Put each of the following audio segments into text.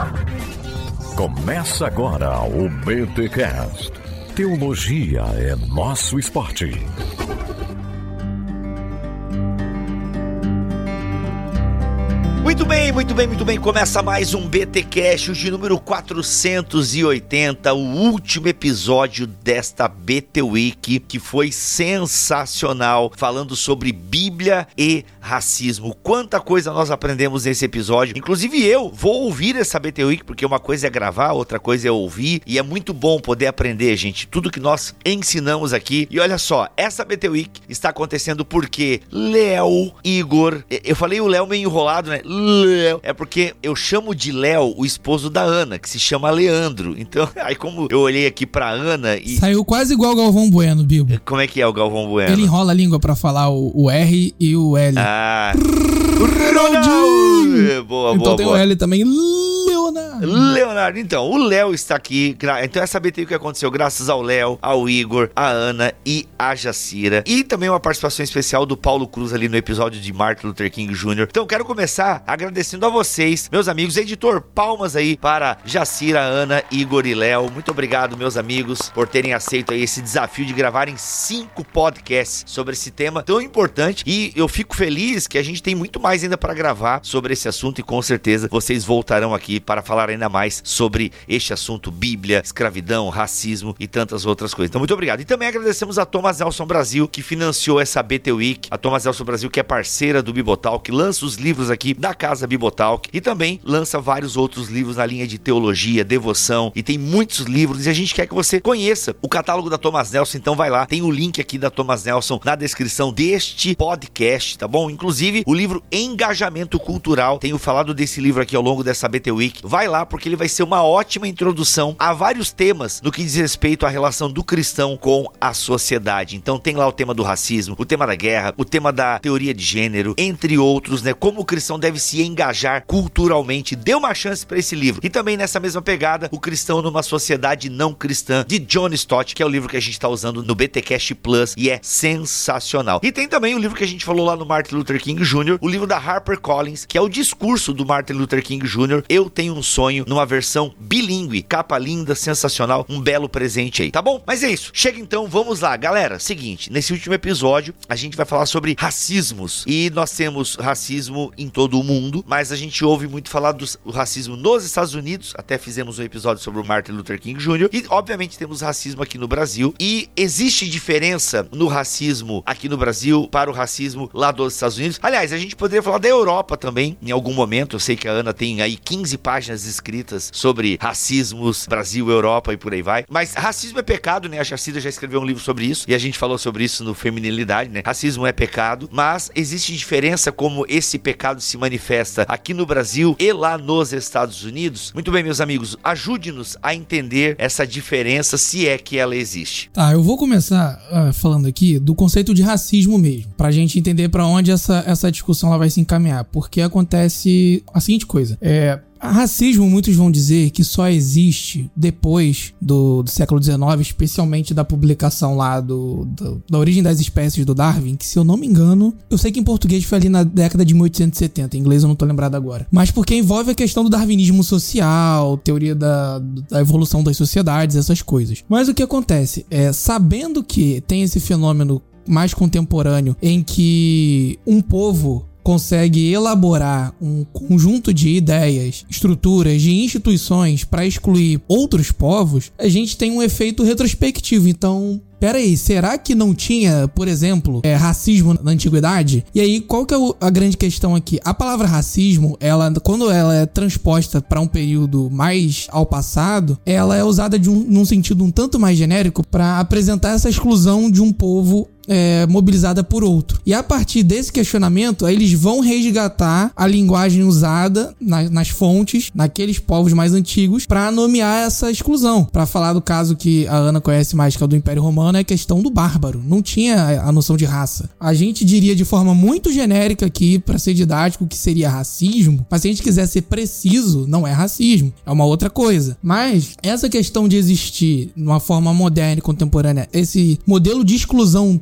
Começa agora o BTcast. Teologia é nosso esporte. Muito bem. Começa mais um BTcast, de número 480, o último episódio desta BT Week, que foi sensacional, falando sobre Bíblia e racismo. Quanta coisa nós aprendemos nesse episódio. Inclusive eu vou ouvir essa BT Week, porque uma coisa é gravar, outra coisa é ouvir, e é muito bom poder aprender, gente, tudo que nós ensinamos aqui. E olha só, essa BT Week está acontecendo porque Léo, Igor, eu falei o Léo meio enrolado, né? Léo, é porque eu chamo de Léo o esposo da Ana, que se chama Leandro. Então, aí como eu olhei aqui pra Ana e... Saiu quase igual o Galvão Bueno, Bibo. Como é que é o Galvão Bueno? Ele enrola a língua pra falar o R e o L. Ah... Boa. Então tem o L também, Leonardo, então, o Léo está aqui. Então essa BT que aconteceu graças ao Léo, ao Igor, a Ana e a Jacira. E também uma participação especial do Paulo Cruz ali no episódio de Martin Luther King Jr. Então quero começar agradecendo a vocês, meus amigos. Editor, palmas aí para Jacira, Ana, Igor e Léo. Muito obrigado, meus amigos, por terem aceito aí esse desafio de gravarem 5 podcasts sobre esse tema tão importante. E eu fico feliz que a gente tem muito mais ainda para gravar sobre esse assunto e com certeza vocês voltarão aqui para falar ainda mais sobre este assunto, Bíblia, escravidão, racismo e tantas outras coisas. Então, muito obrigado. E também agradecemos a Thomas Nelson Brasil, que financiou essa BT Week. A Thomas Nelson Brasil, que é parceira do Bibotalk, lança os livros aqui da casa Bibotalk e também lança vários outros livros na linha de teologia, devoção, e tem muitos livros e a gente quer que você conheça o catálogo da Thomas Nelson. Então vai lá, tem o link aqui da Thomas Nelson na descrição deste podcast, tá bom? Inclusive o livro Engajamento Cultural, tenho falado desse livro aqui ao longo dessa BT Week. Vai lá, porque ele vai ser uma ótima introdução a vários temas no que diz respeito à relação do cristão com a sociedade. Então tem lá o tema do racismo, o tema da guerra, o tema da teoria de gênero, entre outros, né? Como o cristão deve se engajar culturalmente. Dê uma chance para esse livro. E também nessa mesma pegada, O Cristão numa Sociedade Não Cristã, de John Stott, que é o livro que a gente está usando no BTcast Plus e é sensacional. E tem também o livro que a gente falou lá no Martin Luther King Jr., o livro da HarperCollins, que é o discurso do Martin Luther King Jr., Eu Tenho um Sonho, numa versão bilíngue, capa linda, sensacional, um belo presente aí, tá bom? Mas é isso, chega então, vamos lá, galera. Seguinte, nesse último episódio a gente vai falar sobre racismos, e nós temos racismo em todo o mundo, mas a gente ouve muito falar do racismo nos Estados Unidos, até fizemos um episódio sobre o Martin Luther King Jr., e obviamente temos racismo aqui no Brasil, e existe diferença no racismo aqui no Brasil para o racismo lá dos Estados Unidos. Aliás, a gente poderia falar da Europa também, em algum momento. Eu sei que a Ana tem aí 15 páginas escritas sobre racismos, Brasil, Europa e por aí vai. Mas racismo é pecado, né? A Jacira já escreveu um livro sobre isso e a gente falou sobre isso no Feminilidade, né? Racismo é pecado, mas existe diferença como esse pecado se manifesta aqui no Brasil e lá nos Estados Unidos. Muito bem, meus amigos, ajude-nos a entender essa diferença, se é que ela existe. Tá, eu vou começar falando aqui do conceito de racismo mesmo, pra gente entender pra onde essa discussão ela vai se encaminhar, porque acontece a seguinte coisa, racismo, muitos vão dizer que só existe depois do século XIX, especialmente da publicação lá da origem das espécies do Darwin, que, se eu não me engano, eu sei que em português foi ali na década de 1870, em inglês eu não tô lembrado agora, mas porque envolve a questão do darwinismo social, teoria da evolução das sociedades, essas coisas. Mas o que acontece sabendo que tem esse fenômeno mais contemporâneo em que um povo consegue elaborar um conjunto de ideias, estruturas, de instituições para excluir outros povos, a gente tem um efeito retrospectivo. Então, peraí, será que não tinha, por exemplo, racismo na antiguidade? E aí, qual que é a grande questão aqui? A palavra racismo, quando ela é transposta para um período mais ao passado, ela é usada num sentido um tanto mais genérico para apresentar essa exclusão de um povo mobilizada por outro. E a partir desse questionamento, aí eles vão resgatar a linguagem usada nas fontes, naqueles povos mais antigos, para nomear essa exclusão. Para falar do caso que a Ana conhece mais, que é o do Império Romano, é a questão do bárbaro. Não tinha a noção de raça. A gente diria de forma muito genérica aqui, para ser didático, que seria racismo, mas se a gente quiser ser preciso, não é racismo, é uma outra coisa. Mas essa questão de existir, de uma forma moderna e contemporânea, esse modelo de exclusão um tanto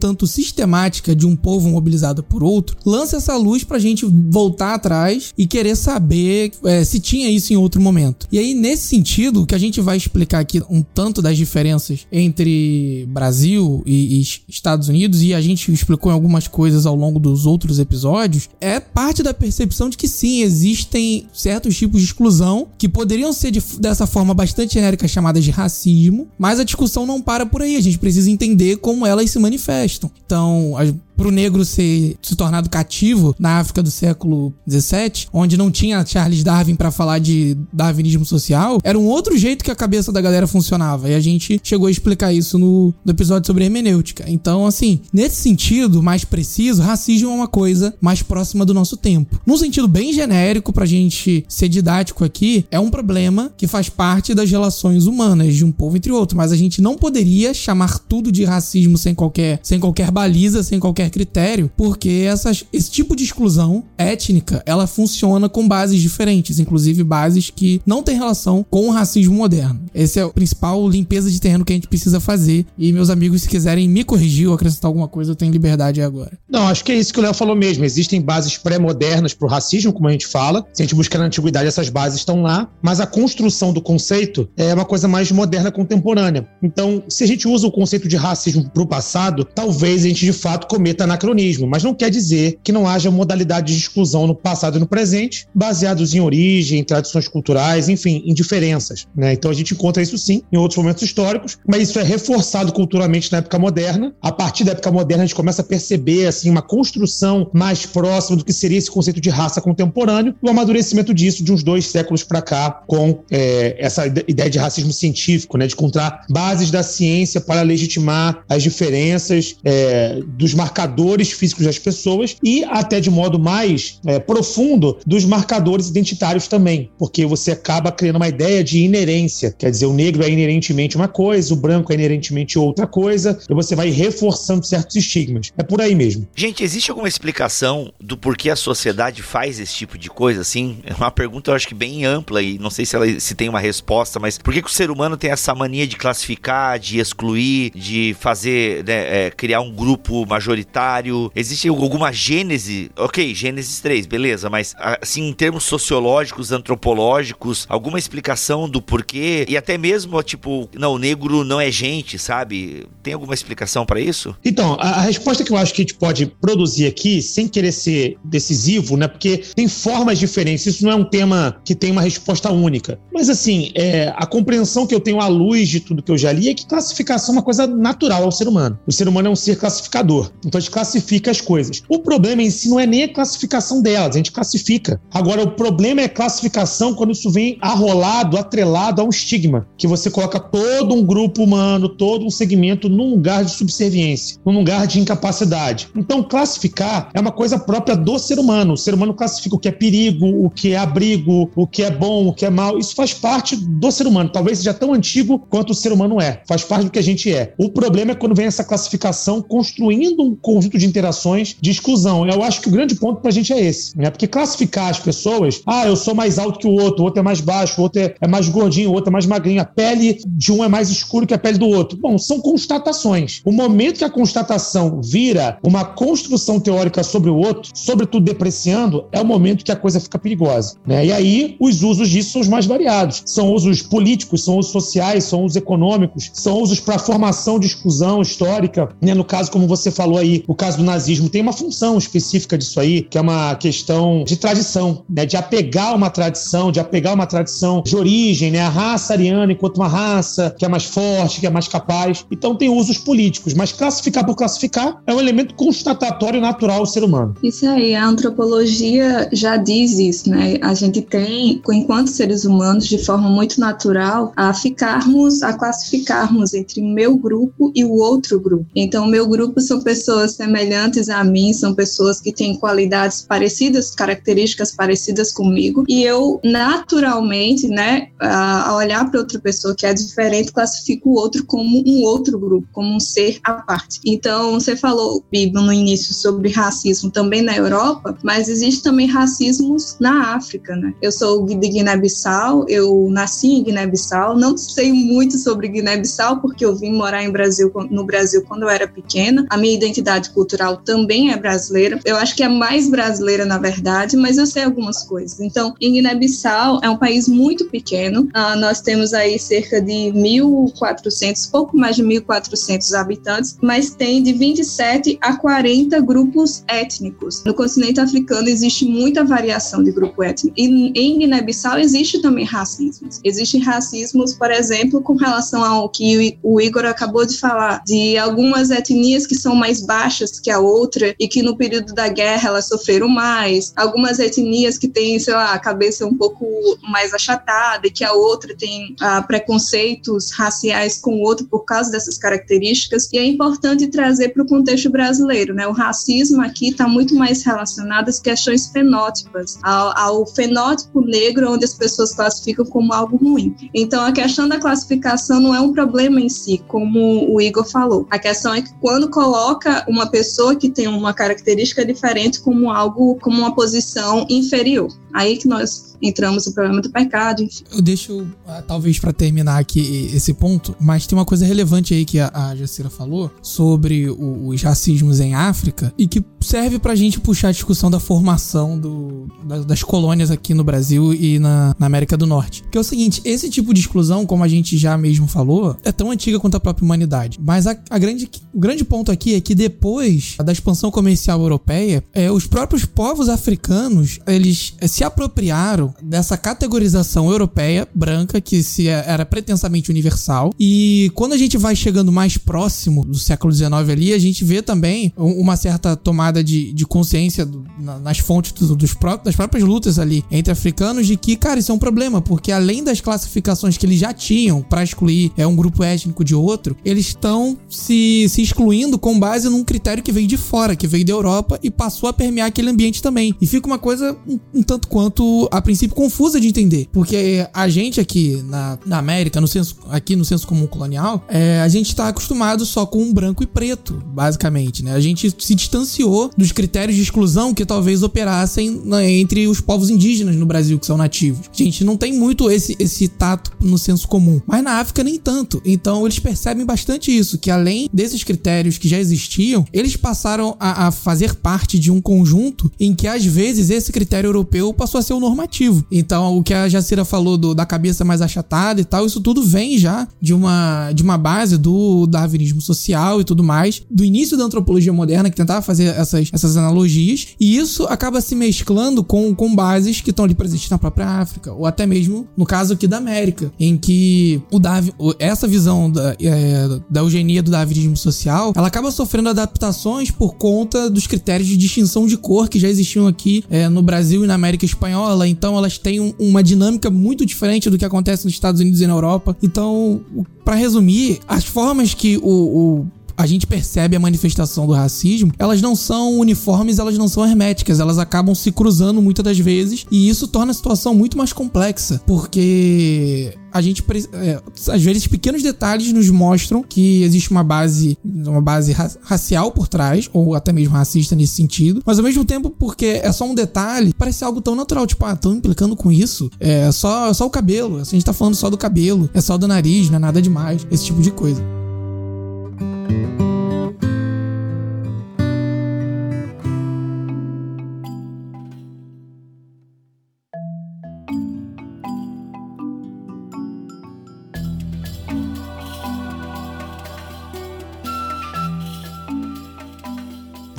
tanto sistemática de um povo mobilizado por outro, lança essa luz pra gente voltar atrás e querer saber se tinha isso em outro momento. E aí, nesse sentido, o que a gente vai explicar aqui um tanto das diferenças entre Brasil e Estados Unidos, e a gente explicou em algumas coisas ao longo dos outros episódios, é parte da percepção de que sim, existem certos tipos de exclusão que poderiam ser dessa forma bastante genérica chamada de racismo, mas a discussão não para por aí, a gente precisa entender como elas se manifestam. Então, pro negro se tornado cativo na África do século XVII, onde não tinha Charles Darwin pra falar de darwinismo social, era um outro jeito que a cabeça da galera funcionava, e a gente chegou a explicar isso no episódio sobre hermenêutica. Então, assim, nesse sentido mais preciso, racismo é uma coisa mais próxima do nosso tempo. Num sentido bem genérico, pra gente ser didático aqui, é um problema que faz parte das relações humanas de um povo entre outro, mas a gente não poderia chamar tudo de racismo sem qualquer baliza, sem qualquer critério, porque esse tipo de exclusão étnica, ela funciona com bases diferentes, inclusive bases que não têm relação com o racismo moderno. Esse é o principal limpeza de terreno que a gente precisa fazer, e meus amigos, se quiserem me corrigir ou acrescentar alguma coisa, eu tenho liberdade agora. Não, acho que é isso que o Léo falou mesmo, existem bases pré-modernas pro racismo, como a gente fala, se a gente buscar na antiguidade, essas bases estão lá, mas a construção do conceito é uma coisa mais moderna, contemporânea. Então, se a gente usa o conceito de racismo pro passado, talvez a gente de fato cometa anacronismo, mas não quer dizer que não haja modalidades de exclusão no passado e no presente, baseados em origem, em tradições culturais, enfim, em diferenças, né? Então a gente encontra isso sim em outros momentos históricos, mas isso é reforçado culturalmente na época moderna. A partir da época moderna a gente começa a perceber assim, uma construção mais próxima do que seria esse conceito de raça contemporâneo, e o amadurecimento disso de uns 2 séculos para cá, com essa ideia de racismo científico, né? De encontrar bases da ciência para legitimar as diferenças dos marcadores físicos das pessoas e até de modo mais profundo dos marcadores identitários também, porque você acaba criando uma ideia de inerência, quer dizer, o negro é inerentemente uma coisa, o branco é inerentemente outra coisa, e você vai reforçando certos estigmas. É por aí mesmo. Gente, existe alguma explicação do porquê a sociedade faz esse tipo de coisa, assim? É uma pergunta, eu acho que bem ampla, e não sei se tem uma resposta, mas por que o ser humano tem essa mania de classificar, de excluir, de fazer, né, criar um grupo majoritário? Existe alguma gênese? Ok, Gênesis 3, beleza, mas assim, em termos sociológicos, antropológicos, alguma explicação do porquê? E até mesmo, tipo, não, o negro não é gente, sabe? Tem alguma explicação pra isso? Então, a resposta que eu acho que a gente pode produzir aqui, sem querer ser decisivo, né? Porque tem formas diferentes, isso não é um tema que tem uma resposta única. Mas assim, a compreensão que eu tenho à luz de tudo que eu já li é que classificação é uma coisa natural ao ser humano. O ser humano é um ser classificador, então a gente classifica as coisas. O problema em si não é nem a classificação delas, a gente classifica. Agora, o problema é a classificação quando isso vem atrelado a um estigma, que você coloca todo um grupo humano, todo um segmento num lugar de subserviência, num lugar de incapacidade. Então, classificar é uma coisa própria do ser humano. O ser humano classifica o que é perigo, o que é abrigo, o que é bom, o que é mal. Isso faz parte do ser humano. Talvez seja tão antigo quanto o ser humano é. Faz parte do que a gente é. O problema é quando vem essa classificação construindo um conjunto de interações de exclusão. Eu acho que o grande ponto pra gente é esse, né? Porque classificar as pessoas, eu sou mais alto que o outro é mais baixo, o outro é mais gordinho, o outro é mais magrinho, a pele de um é mais escura que a pele do outro. Bom, são constatações. O momento que a constatação vira uma construção teórica sobre o outro, sobretudo depreciando, é o momento que a coisa fica perigosa, né? E aí, os usos disso são os mais variados. São usos políticos, são usos sociais, são usos econômicos, são usos para formação de exclusão histórica, né? No caso, como você falou aí, o caso do nazismo tem uma função específica disso aí, que é uma questão de tradição, né? De apegar uma tradição, de origem, né? A raça ariana enquanto uma raça que é mais forte, que é mais capaz. Então tem usos políticos, mas classificar por classificar é um elemento constatatório natural ao ser humano. Isso aí, a antropologia já diz isso, né? A gente tem, enquanto seres humanos, de forma muito natural, a classificarmos entre o meu grupo e o outro grupo. Então, o meu grupo são pessoas pessoas semelhantes a mim, são pessoas que têm qualidades parecidas, características parecidas comigo, e eu naturalmente, né, ao olhar para outra pessoa que é diferente, classifico o outro como um outro grupo, como um ser à parte. Então, você falou, Bibo, no início sobre racismo também na Europa, mas existe também racismos na África, né? Eu sou de Guiné-Bissau, eu nasci em Guiné-Bissau, não sei muito sobre Guiné-Bissau porque eu vim morar no Brasil quando eu era pequena. A minha identidade cultural também é brasileira. Eu acho que é mais brasileira, na verdade, mas eu sei algumas coisas. Então, em Guiné-Bissau é um país muito pequeno. Nós temos aí cerca de 1.400, pouco mais de 1.400 habitantes, mas tem de 27 a 40 grupos étnicos. No continente africano existe muita variação de grupo étnico. E em Guiné-Bissau existe também racismos. Existem racismos, por exemplo, com relação ao que o Igor acabou de falar, de algumas etnias que são mais baixas que a outra e que no período da guerra elas sofreram mais. Algumas etnias que têm, sei lá, a cabeça um pouco mais achatada e que a outra tem preconceitos raciais com o outro por causa dessas características. E é importante trazer para o contexto brasileiro, né? O racismo aqui está muito mais relacionado às questões fenótipas, ao fenótipo negro, onde as pessoas classificam como algo ruim. Então, a questão da classificação não é um problema em si, como o Igor falou. A questão é que quando coloca uma pessoa que tem uma característica diferente como algo, como uma posição inferior. Aí que nós entramos no problema do pecado, enfim. Eu deixo, talvez para terminar aqui esse ponto, mas tem uma coisa relevante aí que a Jacira falou sobre os racismos em África e que serve pra gente puxar a discussão da formação das colônias aqui no Brasil e na América do Norte. Que é o seguinte, esse tipo de exclusão, como a gente já mesmo falou, é tão antiga quanto a própria humanidade. Mas o grande ponto aqui é que depois da expansão comercial europeia, os próprios povos africanos, eles se apropriaram dessa categorização europeia, branca, que era pretensamente universal. E quando a gente vai chegando mais próximo do século XIX ali, a gente vê também uma certa tomada de consciência nas fontes das próprias lutas ali entre africanos de que, cara, isso é um problema, porque além das classificações que eles já tinham para excluir um grupo étnico de outro, eles estão se excluindo com base num critério que veio de fora, que veio da Europa e passou a permear aquele ambiente também. E fica uma coisa um tanto quanto, a princípio, confusa de entender, porque a gente aqui na América, no senso comum colonial, a gente tá acostumado só com um branco e preto, basicamente, né? A gente se distanciou dos critérios de exclusão que talvez operassem entre os povos indígenas no Brasil, que são nativos. A gente não tem muito esse tato no senso comum, mas na África nem tanto. Então eles percebem bastante isso, que além desses critérios que já existiam, eles passaram a fazer parte de um conjunto em que às vezes esse critério europeu passou a ser o normativo. Então o que a Jacira falou da cabeça mais achatada e tal, isso tudo vem já de uma base do darwinismo social e tudo mais, do início da antropologia moderna, que tentava fazer essas analogias, e isso acaba se mesclando com bases que estão ali presentes na própria África, ou até mesmo no caso aqui da América, em que essa visão da eugenia do darwinismo social, ela acaba sofrendo adaptações por conta dos critérios de distinção de cor que já existiam aqui no Brasil e na América Espanhola. Então elas têm uma dinâmica muito diferente do que acontece nos Estados Unidos e na Europa. Então, para resumir, as formas que a gente percebe a manifestação do racismo, elas não são uniformes, elas não são herméticas, elas acabam se cruzando muitas das vezes, e isso torna a situação muito mais complexa, porque a gente, às vezes, pequenos detalhes nos mostram que existe uma base racial por trás, ou até mesmo racista nesse sentido, mas ao mesmo tempo, porque é só um detalhe, parece algo tão natural, tipo, estão implicando com isso, é só o cabelo, a gente tá falando só do cabelo, é só do nariz, não é nada demais, esse tipo de coisa.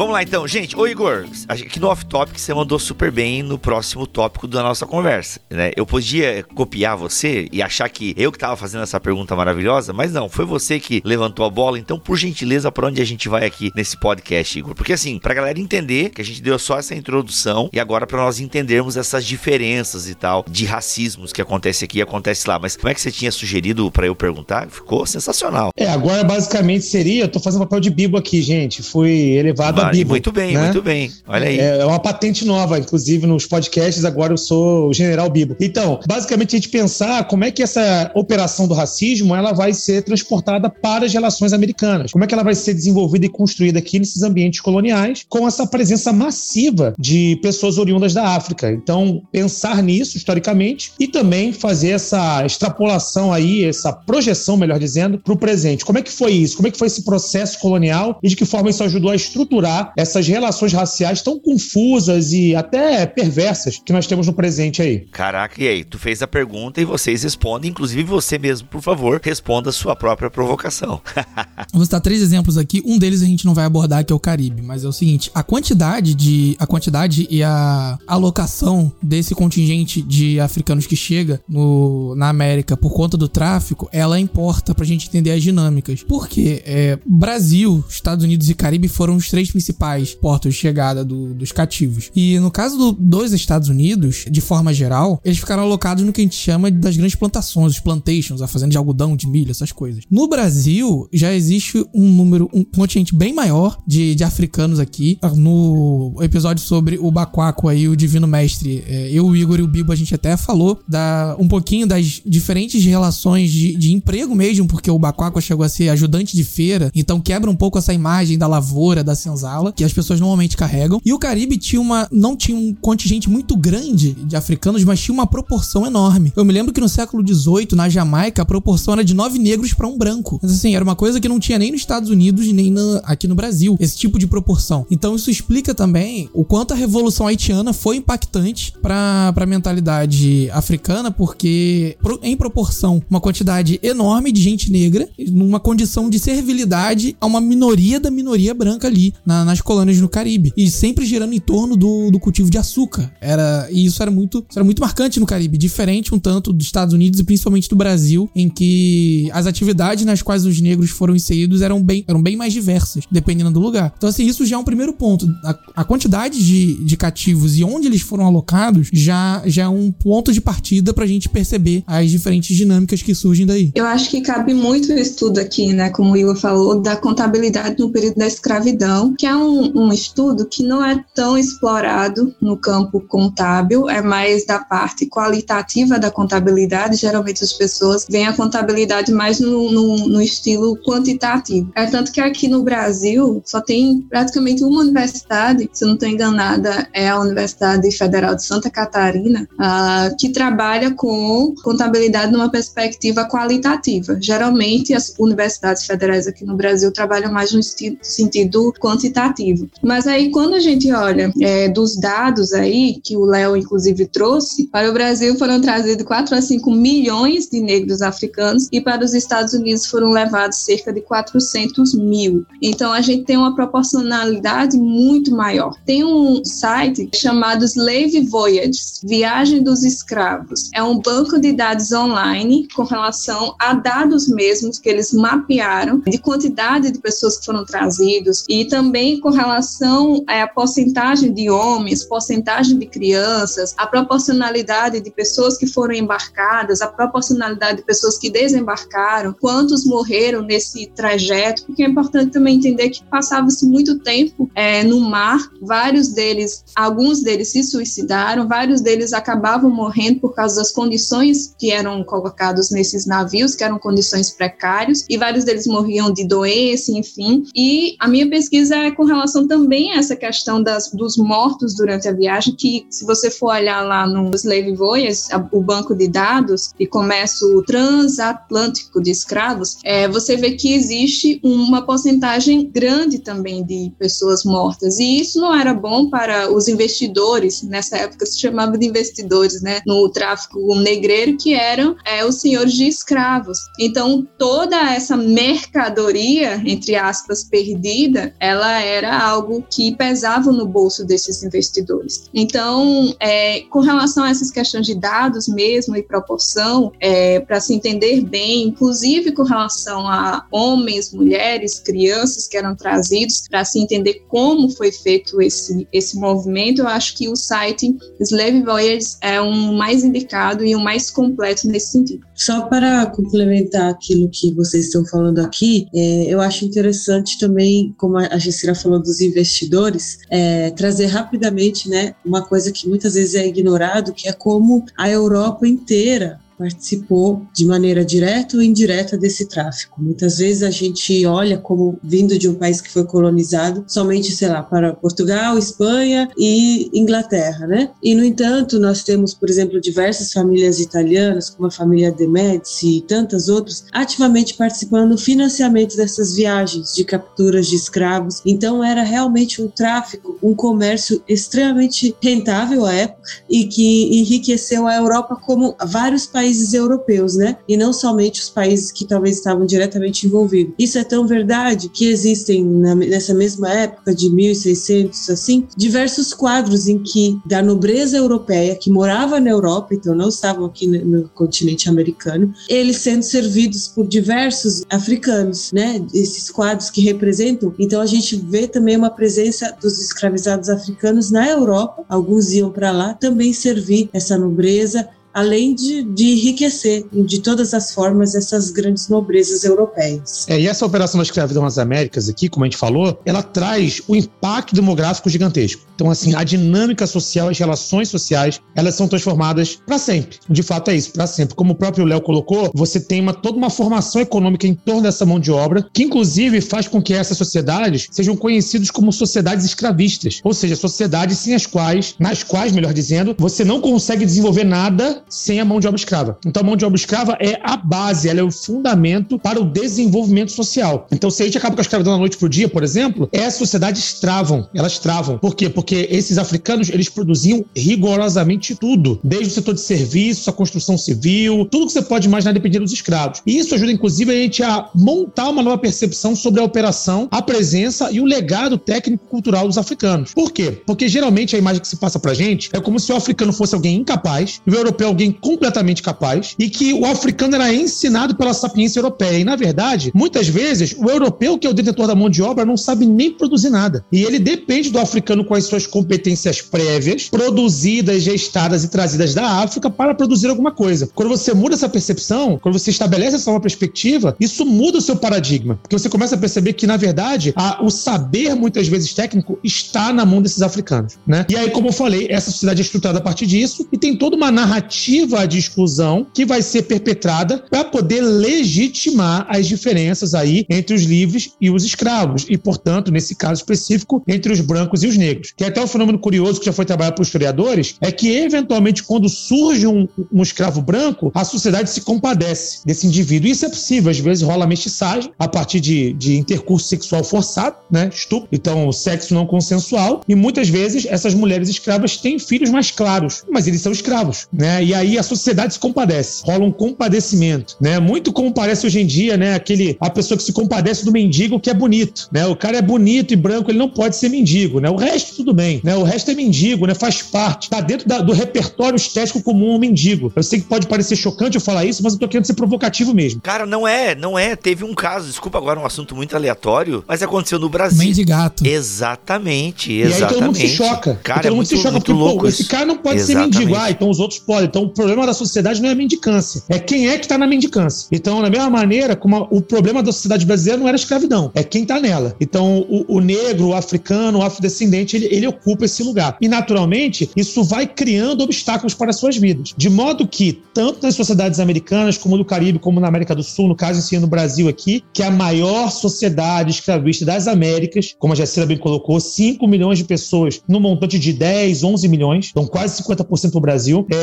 Vamos lá então, gente. Ô Igor, aqui no off-topic você mandou super bem no próximo tópico da nossa conversa, né? Eu podia copiar você e achar que eu que tava fazendo essa pergunta maravilhosa, mas não, foi você que levantou a bola. Então, por gentileza, pra onde a gente vai aqui nesse podcast, Igor? Porque assim, pra galera entender que a gente deu só essa introdução e agora pra nós entendermos essas diferenças e tal, de racismos que acontece aqui e acontece lá. Mas como é que você tinha sugerido pra eu perguntar? Ficou sensacional. Agora basicamente seria, eu tô fazendo papel de Bibo aqui, gente. Fui elevado a Bibo. Muito bem, né? Muito bem. Olha aí. É uma patente nova, inclusive nos podcasts, agora eu sou o General Bibo. Então, basicamente a gente pensar como é que essa operação do racismo, ela vai ser transportada para as relações americanas. Como é que ela vai ser desenvolvida e construída aqui nesses ambientes coloniais, com essa presença massiva de pessoas oriundas da África. Então, pensar nisso historicamente e também fazer essa extrapolação aí, essa projeção, melhor dizendo, para o presente. Como é que foi isso? Como é que foi esse processo colonial e de que forma isso ajudou a estruturar essas relações raciais tão confusas e até perversas que nós temos no presente aí? Caraca, e aí? Tu fez a pergunta e vocês respondem, inclusive você mesmo, por favor, responda a sua própria provocação. Eu vou citar 3 exemplos aqui. Um deles a gente não vai abordar, que é o Caribe, mas é o seguinte: a quantidade e a alocação desse contingente de africanos que chega na América por conta do tráfico, ela importa pra gente entender as dinâmicas. Por quê? Brasil, Estados Unidos e Caribe foram os 3 principais portos de chegada dos cativos. E no caso dos Estados Unidos, de forma geral, eles ficaram alocados no que a gente chama das grandes plantações, os plantations, a fazenda de algodão, de milho, essas coisas. No Brasil, já existe um contingente bem maior de africanos aqui. No episódio sobre o Baquaco aí, o Divino Mestre, eu, o Igor e o Bibo, a gente até falou um pouquinho das diferentes relações de emprego mesmo, porque o Baquaco chegou a ser ajudante de feira, então quebra um pouco essa imagem da lavoura, da senzala, que as pessoas normalmente carregam. E o Caribe não tinha um contingente muito grande de africanos, mas tinha uma proporção enorme. Eu me lembro que no século XVIII, na Jamaica, a proporção era de 9 negros para um branco. Mas assim, era uma coisa que não tinha nem nos Estados Unidos, nem aqui no Brasil, esse tipo de proporção. Então isso explica também o quanto a Revolução Haitiana foi impactante para a mentalidade africana, porque em proporção, uma quantidade enorme de gente negra, numa condição de servilidade a uma minoria da minoria branca ali, nas colônias no Caribe. E sempre girando em torno do cultivo de açúcar. E isso era muito marcante no Caribe, diferente um tanto dos Estados Unidos e principalmente do Brasil, em que as atividades nas quais os negros foram inseridos eram bem mais diversas, dependendo do lugar. Então, assim, isso já é um primeiro ponto. A quantidade de cativos e onde eles foram alocados já é um ponto de partida pra gente perceber as diferentes dinâmicas que surgem daí. Eu acho que cabe muito o estudo aqui, né, como o Igor falou, da contabilidade no período da escravidão, que é um estudo que não é tão explorado no campo contábil, é mais da parte qualitativa da contabilidade. Geralmente as pessoas veem a contabilidade mais no estilo quantitativo. É tanto que aqui no Brasil só tem praticamente uma universidade, se eu não estou enganada, é a Universidade Federal de Santa Catarina, que trabalha com contabilidade numa perspectiva qualitativa. Geralmente as universidades federais aqui no Brasil trabalham mais no sentido quantitativo. Mas aí quando a gente olha dos dados aí, que o Léo inclusive trouxe, para o Brasil foram trazidos 4 a 5 milhões de negros africanos e para os Estados Unidos foram levados cerca de 400 mil. Então a gente tem uma proporcionalidade muito maior. Tem um site chamado Slave Voyages, Viagem dos Escravos. É um banco de dados online com relação a dados mesmos que eles mapearam de quantidade de pessoas que foram trazidos e também com relação à porcentagem de homens, porcentagem de crianças, a proporcionalidade de pessoas que foram embarcadas, a proporcionalidade de pessoas que desembarcaram, quantos morreram nesse trajeto, porque é importante também entender que passava-se muito tempo no mar, alguns deles se suicidaram, vários deles acabavam morrendo por causa das condições que eram colocadas nesses navios, que eram condições precárias, e vários deles morriam de doença, enfim. E a minha pesquisa é com relação também a essa questão dos mortos durante a viagem, que se você for olhar lá no Slave Voyages, o banco de dados e comércio transatlântico de escravos, você vê que existe uma porcentagem grande também de pessoas mortas. E isso não era bom para os investidores, nessa época se chamava de investidores, né, no tráfico negreiro, que eram os senhores de escravos. Então, toda essa mercadoria, entre aspas, perdida, ela era algo que pesava no bolso desses investidores. Então, com relação a essas questões de dados mesmo e proporção, para se entender bem, inclusive com relação a homens, mulheres, crianças que eram trazidos, para se entender como foi feito esse movimento, eu acho que o site Slave Voyages é o mais indicado e o mais completo nesse sentido. Só para complementar aquilo que vocês estão falando aqui, eu acho interessante também, como a Jacira falou dos investidores, trazer rapidamente, né, uma coisa que muitas vezes é ignorado, que é como a Europa inteira participou de maneira direta ou indireta desse tráfico. Muitas vezes a gente olha como vindo de um país que foi colonizado somente, sei lá, para Portugal, Espanha e Inglaterra, né? E, no entanto, nós temos, por exemplo, diversas famílias italianas, como a família de Medici e tantas outras, ativamente participando no financiamento dessas viagens de capturas de escravos. Então, era realmente um tráfico, um comércio extremamente rentável à época e que enriqueceu a Europa como vários países europeus, né? E não somente os países que talvez estavam diretamente envolvidos. Isso é tão verdade que existem, nessa mesma época de 1600, assim, diversos quadros em que, da nobreza europeia, que morava na Europa, então não estavam aqui no continente americano, eles sendo servidos por diversos africanos, né? Esses quadros que representam. Então a gente vê também uma presença dos escravizados africanos na Europa, alguns iam para lá também servir essa nobreza, além de enriquecer de todas as formas essas grandes nobrezas europeias. E essa operação da escravidão nas Américas aqui, como a gente falou, ela traz o impacto demográfico gigantesco. Então, assim, a dinâmica social, as relações sociais, elas são transformadas para sempre. De fato é isso, para sempre. Como o próprio Léo colocou, você tem toda uma formação econômica em torno dessa mão de obra, que inclusive faz com que essas sociedades sejam conhecidas como sociedades escravistas, ou seja, sociedades nas quais, melhor dizendo, você não consegue desenvolver nada sem a mão de obra escrava. Então a mão de obra escrava é a base, ela é o fundamento para o desenvolvimento social. Então se a gente acaba com a escravidão da noite pro dia, por exemplo, essas sociedades elas travam. Por quê? Porque esses africanos, eles produziam rigorosamente tudo, desde o setor de serviço, a construção civil, tudo que você pode imaginar dependendo dos escravos. E isso ajuda inclusive a gente a montar uma nova percepção sobre a operação, a presença e o legado técnico-cultural dos africanos. Por quê? Porque geralmente a imagem que se passa pra gente é como se o africano fosse alguém incapaz e o europeu alguém completamente capaz, e que o africano era ensinado pela sapiência europeia. E, na verdade, muitas vezes, o europeu, que é o detentor da mão de obra, não sabe nem produzir nada. E ele depende do africano com as suas competências prévias, produzidas, gestadas e trazidas da África para produzir alguma coisa. Quando você muda essa percepção, quando você estabelece essa nova perspectiva, isso muda o seu paradigma. Porque você começa a perceber que, na verdade, o saber, muitas vezes técnico, está na mão desses africanos, né? E aí, como eu falei, essa sociedade é estruturada a partir disso e tem toda uma narrativa de exclusão que vai ser perpetrada para poder legitimar as diferenças aí entre os livres e os escravos e, portanto, nesse caso específico, entre os brancos e os negros. Que é até um fenômeno curioso que já foi trabalhado por historiadores, é que, eventualmente, quando surge um escravo branco, a sociedade se compadece desse indivíduo. E isso é possível, às vezes rola mestiçagem a partir de intercurso sexual forçado, né, estupro, então sexo não consensual, e muitas vezes essas mulheres escravas têm filhos mais claros, mas eles são escravos, né, e aí a sociedade se compadece, rola um compadecimento, né, muito como parece hoje em dia, né, a pessoa que se compadece do mendigo que é bonito, né, o cara é bonito e branco, ele não pode ser mendigo, né, o resto tudo bem, né, o resto é mendigo, né, faz parte, tá dentro do repertório estético comum ao mendigo. Eu sei que pode parecer chocante eu falar isso, mas eu tô querendo ser provocativo mesmo. Cara, não é, teve um caso, desculpa agora um assunto muito aleatório, mas aconteceu no Brasil. Mendigato. Exatamente. E aí todo mundo se choca. Cara, todo mundo se choca porque, pô, esse cara não pode ser mendigo, então os outros podem. Então o problema da sociedade não é a mendicância, é quem é que tá na mendicância. Então, da mesma maneira, como o problema da sociedade brasileira não era a escravidão, é quem tá nela. Então, o negro, o africano, o afrodescendente, ele ocupa esse lugar. E, naturalmente, isso vai criando obstáculos para as suas vidas. De modo que, tanto nas sociedades americanas, como no Caribe, como na América do Sul, no caso, em si, no Brasil aqui, que é a maior sociedade escravista das Américas, como a Jacira bem colocou, 5 milhões de pessoas no montante de 10, 11 milhões, então quase 50% do Brasil. Nessa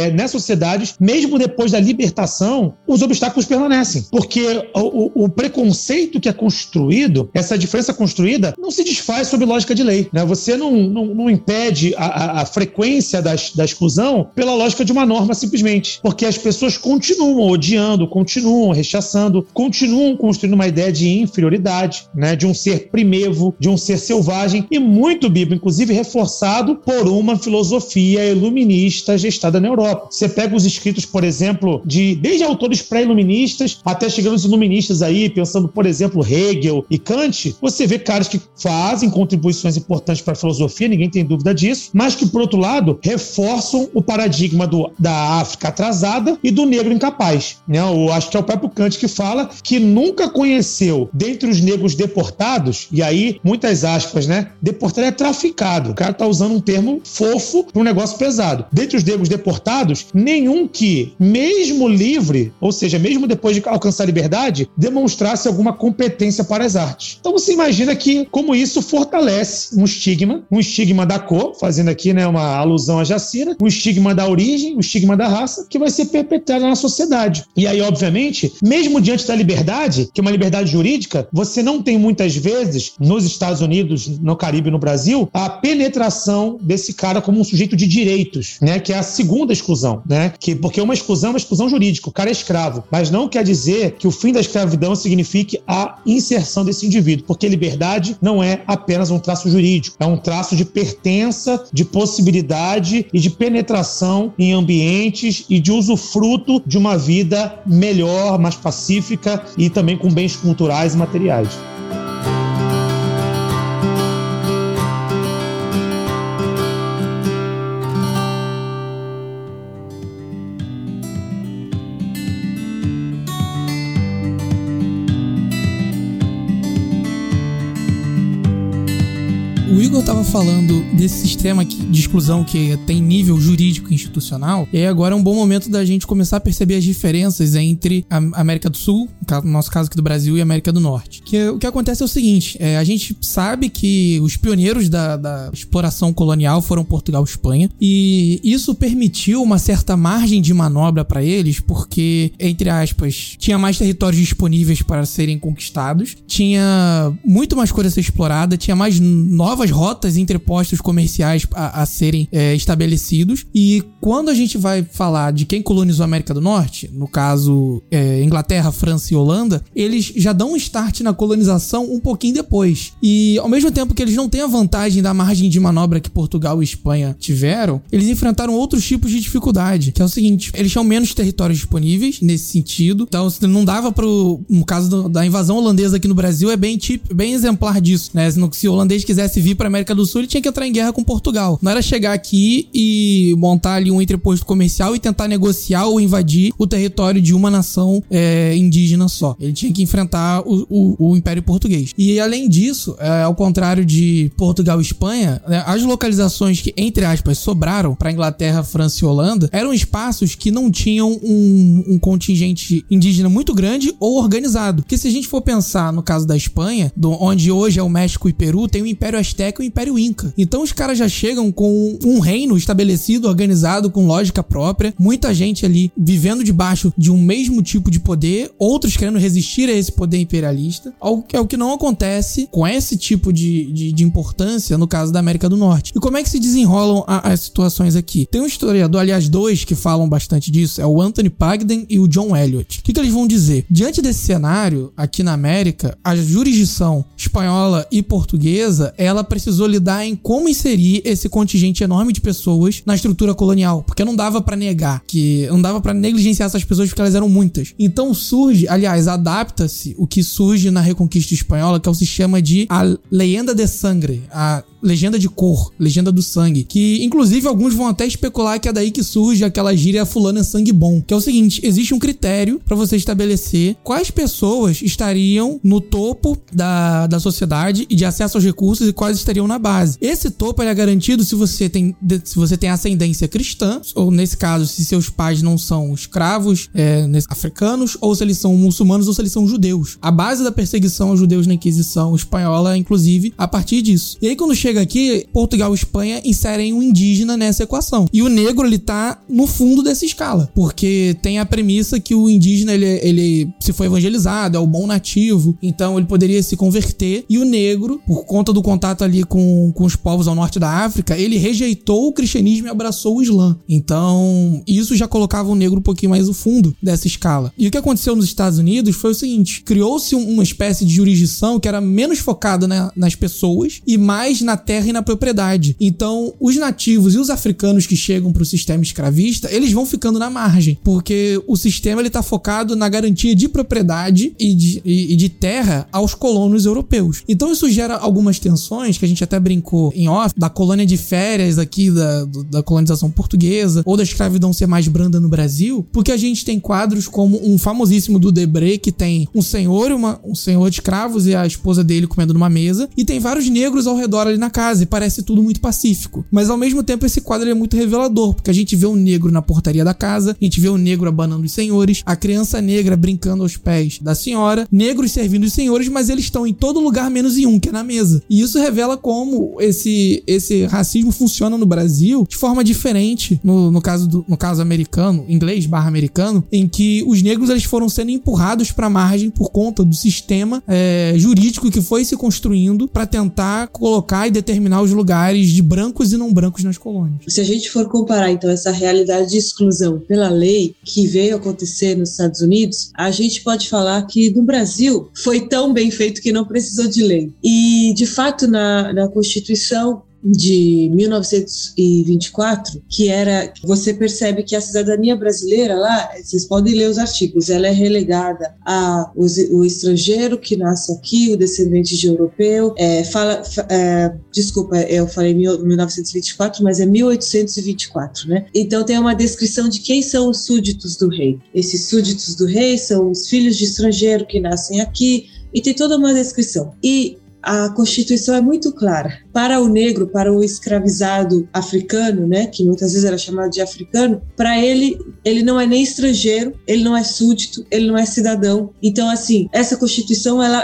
sociedades, mesmo depois da libertação, os obstáculos permanecem. Porque o preconceito que é construído, essa diferença construída, não se desfaz sob lógica de lei, né? Você não impede a frequência da exclusão pela lógica de uma norma simplesmente. Porque as pessoas continuam odiando, continuam rechaçando, continuam construindo uma ideia de inferioridade, né? De um ser primevo, de um ser selvagem, e muito, Bibo, inclusive reforçado por uma filosofia iluminista gestada na Europa. Você pega os escritos, por exemplo, desde autores pré-iluministas até chegando os iluministas aí, pensando, por exemplo, Hegel e Kant, você vê caras que fazem contribuições importantes para a filosofia, ninguém tem dúvida disso, mas que, por outro lado, reforçam o paradigma da África atrasada e do negro incapaz, né? Eu acho que é o próprio Kant que fala que nunca conheceu, dentre os negros deportados, e aí, muitas aspas, né? Deportado é traficado. O cara tá usando um termo fofo para um negócio pesado. Dentre os negros deportados, nenhum que, mesmo livre, ou seja, mesmo depois de alcançar a liberdade, demonstrasse alguma competência para as artes. Então você imagina que como isso fortalece um estigma da cor, fazendo aqui, né, uma alusão a Jacira, um estigma da origem, um estigma da raça, que vai ser perpetrado na sociedade. E aí, obviamente, mesmo diante da liberdade, que é uma liberdade jurídica, você não tem muitas vezes, nos Estados Unidos, no Caribe e no Brasil, a penetração desse cara como um sujeito de direitos, né, que é a segunda exclusão, né, porque uma exclusão é uma exclusão jurídica, o cara é escravo, mas não quer dizer que o fim da escravidão signifique a inserção desse indivíduo, porque liberdade não é apenas um traço jurídico, é um traço de pertença, de possibilidade e de penetração em ambientes e de usufruto de uma vida melhor, mais pacífica e também com bens culturais e materiais. O Igor estava falando desse sistema de exclusão que tem nível jurídico e institucional, e aí agora é um bom momento da gente começar a perceber as diferenças entre a América do Sul, no nosso caso aqui do Brasil, e a América do Norte. O que acontece é o seguinte, a gente sabe que os pioneiros da exploração colonial foram Portugal e Espanha, e isso permitiu uma certa margem de manobra para eles, porque, entre aspas, tinha mais territórios disponíveis para serem conquistados, tinha muito mais coisa a ser explorada, tinha mais novas rotas entre postos comerciais a serem estabelecidos. E quando a gente vai falar de quem colonizou a América do Norte, no caso Inglaterra, França e Holanda, eles já dão um start na colonização um pouquinho depois. E ao mesmo tempo que eles não têm a vantagem da margem de manobra que Portugal e Espanha tiveram, eles enfrentaram outros tipos de dificuldade, que é o seguinte: eles tinham menos territórios disponíveis nesse sentido, então não dava no caso da invasão holandesa aqui no Brasil, é bem exemplar disso, né? Se o holandês quisesse vir para América do Sul, ele tinha que entrar em guerra com Portugal. Não era chegar aqui e montar ali um entreposto comercial e tentar negociar ou invadir o território de uma nação indígena só. Ele tinha que enfrentar o Império Português. E além disso, ao contrário de Portugal e Espanha, as localizações que, entre aspas, sobraram para Inglaterra, França e Holanda eram espaços que não tinham um contingente indígena muito grande ou organizado. Porque se a gente for pensar no caso da Espanha, onde hoje é o México e Peru, tem o Império Azteca e o Império Inca. Então os caras já chegam com um reino estabelecido, organizado, com lógica própria, muita gente ali vivendo debaixo de um mesmo tipo de poder, outros querendo resistir a esse poder imperialista, é o que não acontece com esse tipo de importância no caso da América do Norte. E como é que se desenrolam as situações aqui? Tem um historiador, aliás, dois que falam bastante disso, é o Anthony Pagden e o John Eliot. O que eles vão dizer? Diante desse cenário, aqui na América, a jurisdição espanhola e portuguesa, ela precisou lidar em como inserir esse contingente enorme de pessoas na estrutura colonial, porque não dava pra negar, não dava pra negligenciar essas pessoas porque elas eram muitas. Então adapta-se o que surge na Reconquista Espanhola, que é o sistema de a leyenda de sangre, a legenda de cor, legenda do sangue, que inclusive alguns vão até especular que é daí que surge aquela gíria fulano é sangue bom, que é o seguinte: existe um critério pra você estabelecer quais pessoas estariam no topo da sociedade e de acesso aos recursos e quais estariam na base. Esse topo é garantido se você tem ascendência cristã, ou nesse caso, se seus pais não são escravos africanos, ou se eles são muçulmanos, ou se eles são judeus. A base da perseguição aos judeus na Inquisição espanhola, inclusive, a partir disso. E aí, quando chega chega aqui, Portugal e Espanha inserem um indígena nessa equação. E o negro, ele tá no fundo dessa escala, porque tem a premissa que o indígena, ele se foi evangelizado, é o bom nativo, então ele poderia se converter, e o negro, por conta do contato ali com os povos ao norte da África, ele rejeitou o cristianismo e abraçou o Islã. Então, isso já colocava o negro um pouquinho mais no fundo dessa escala. E o que aconteceu nos Estados Unidos foi o seguinte: criou-se uma espécie de jurisdição que era menos focada nas pessoas e mais na terra e na propriedade. Então, os nativos e os africanos que chegam para o sistema escravista, eles vão ficando na margem, porque o sistema ele tá focado na garantia de propriedade e de terra aos colonos europeus. Então, isso gera algumas tensões, que a gente até brincou em off, da colônia de férias aqui, da colonização portuguesa, ou da escravidão ser mais branda no Brasil, porque a gente tem quadros como um famosíssimo do Debré, que tem um senhor de escravos e a esposa dele comendo numa mesa, e tem vários negros ao redor ali na casa, e parece tudo muito pacífico. Mas ao mesmo tempo esse quadro é muito revelador, porque a gente vê o negro na portaria da casa, a gente vê o negro abanando os senhores, a criança negra brincando aos pés da senhora, negros servindo os senhores, mas eles estão em todo lugar menos em um, que é na mesa. E isso revela como esse racismo funciona no Brasil de forma diferente no caso americano, inglês/americano, em que os negros eles foram sendo empurrados para a margem por conta do sistema jurídico que foi se construindo para tentar colocar e determinar os lugares de brancos e não brancos nas colônias. Se a gente for comparar, então, essa realidade de exclusão pela lei que veio acontecer nos Estados Unidos, a gente pode falar que no Brasil foi tão bem feito que não precisou de lei. E, de fato, na Constituição de 1924, você percebe que a cidadania brasileira lá, vocês podem ler os artigos, ela é relegada ao estrangeiro que nasce aqui, o descendente de europeu, desculpa, eu falei 1924, mas é 1824, né? Então tem uma descrição de quem são os súditos do rei. Esses súditos do rei são os filhos de estrangeiro que nascem aqui, e tem toda uma descrição. E a Constituição é muito clara. Para o negro, para o escravizado africano, né, que muitas vezes era chamado de africano, para ele não é nem estrangeiro, ele não é súdito, ele não é cidadão. Então, assim, essa Constituição, ela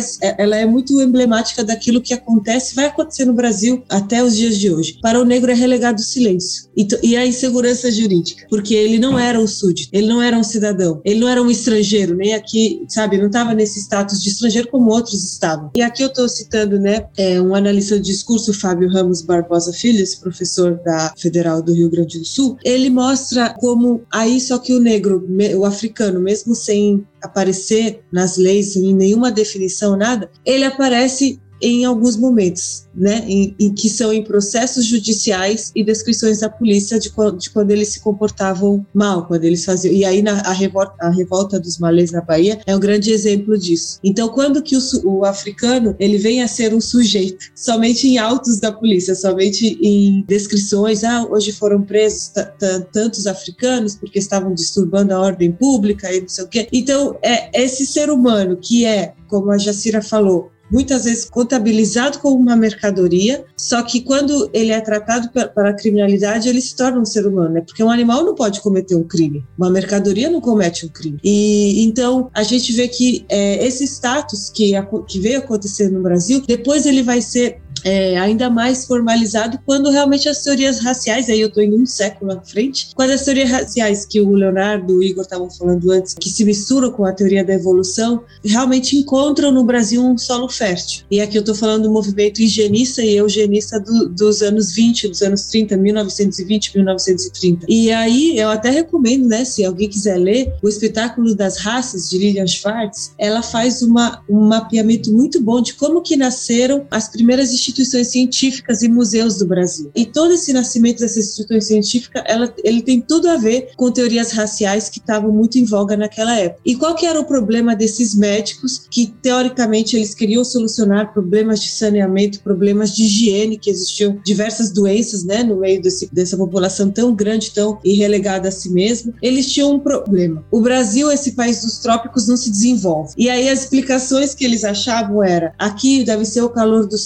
é muito emblemática daquilo que acontece, vai acontecer no Brasil até os dias de hoje. Para o negro é relegado o silêncio e a insegurança jurídica, porque ele não era um súdito, ele não era um cidadão, ele não era um estrangeiro, nem aqui, sabe, não estava nesse status de estrangeiro como outros estavam. E aqui eu estou citando, né, um analista de discurso, Fábio Ramos Barbosa Filho, esse professor da Federal do Rio Grande do Sul. Ele mostra como aí só que o negro, o africano, mesmo sem aparecer nas leis, em nenhuma definição, nada, ele aparece em alguns momentos, né, em que são em processos judiciais e descrições da polícia de quando eles se comportavam mal, quando eles faziam. E aí a revolta dos malês na Bahia é um grande exemplo disso. Então, quando que o africano ele vem a ser um sujeito? Somente em autos da polícia, somente em descrições. Hoje foram presos tantos africanos porque estavam disturbando a ordem pública e não sei o quê. Então, esse ser humano que como a Jacira falou, muitas vezes contabilizado como uma mercadoria, só que quando ele é tratado para a criminalidade, ele se torna um ser humano, né? Porque um animal não pode cometer um crime, uma mercadoria não comete um crime. E então a gente vê que esse status que veio acontecer no Brasil, depois ele vai ser ainda mais formalizado quando realmente as teorias raciais, aí eu estou indo um século à frente, quando as teorias raciais que o Leonardo e o Igor estavam falando antes, que se misturam com a teoria da evolução, realmente encontram no Brasil um solo fértil. E aqui eu estou falando do movimento higienista e eugenista dos anos 20, dos anos 30, 1920, 1930. E aí eu até recomendo, né, se alguém quiser ler, o Espetáculo das Raças, de Lilian Schwartz, ela faz um mapeamento muito bom de como que nasceram as primeiras instituições científicas e museus do Brasil. E todo esse nascimento dessa instituição científica, ele tem tudo a ver com teorias raciais que estavam muito em voga naquela época. E qual que era o problema desses médicos que, teoricamente, eles queriam solucionar problemas de saneamento, problemas de higiene, que existiam diversas doenças, né, no meio dessa população tão grande, tão relegada a si mesmo. Eles tinham um problema. O Brasil, esse país dos trópicos, não se desenvolve. E aí as explicações que eles achavam era: aqui deve ser o calor dos trópicos,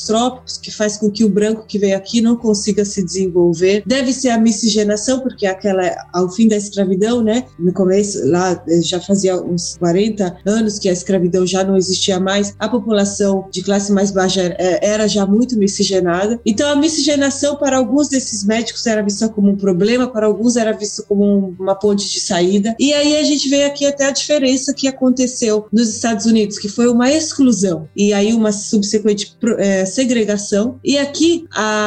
genéticos que faz com que o branco que veio aqui não consiga se desenvolver. Deve ser a miscigenação, porque ao fim da escravidão, né, no começo, lá já fazia uns 40 anos que a escravidão já não existia mais, a população de classe mais baixa era já muito miscigenada. Então a miscigenação para alguns desses médicos era vista como um problema, para alguns era visto como uma ponte de saída. E aí a gente vê aqui até a diferença que aconteceu nos Estados Unidos, que foi uma exclusão e aí uma subsequente segregação, e aqui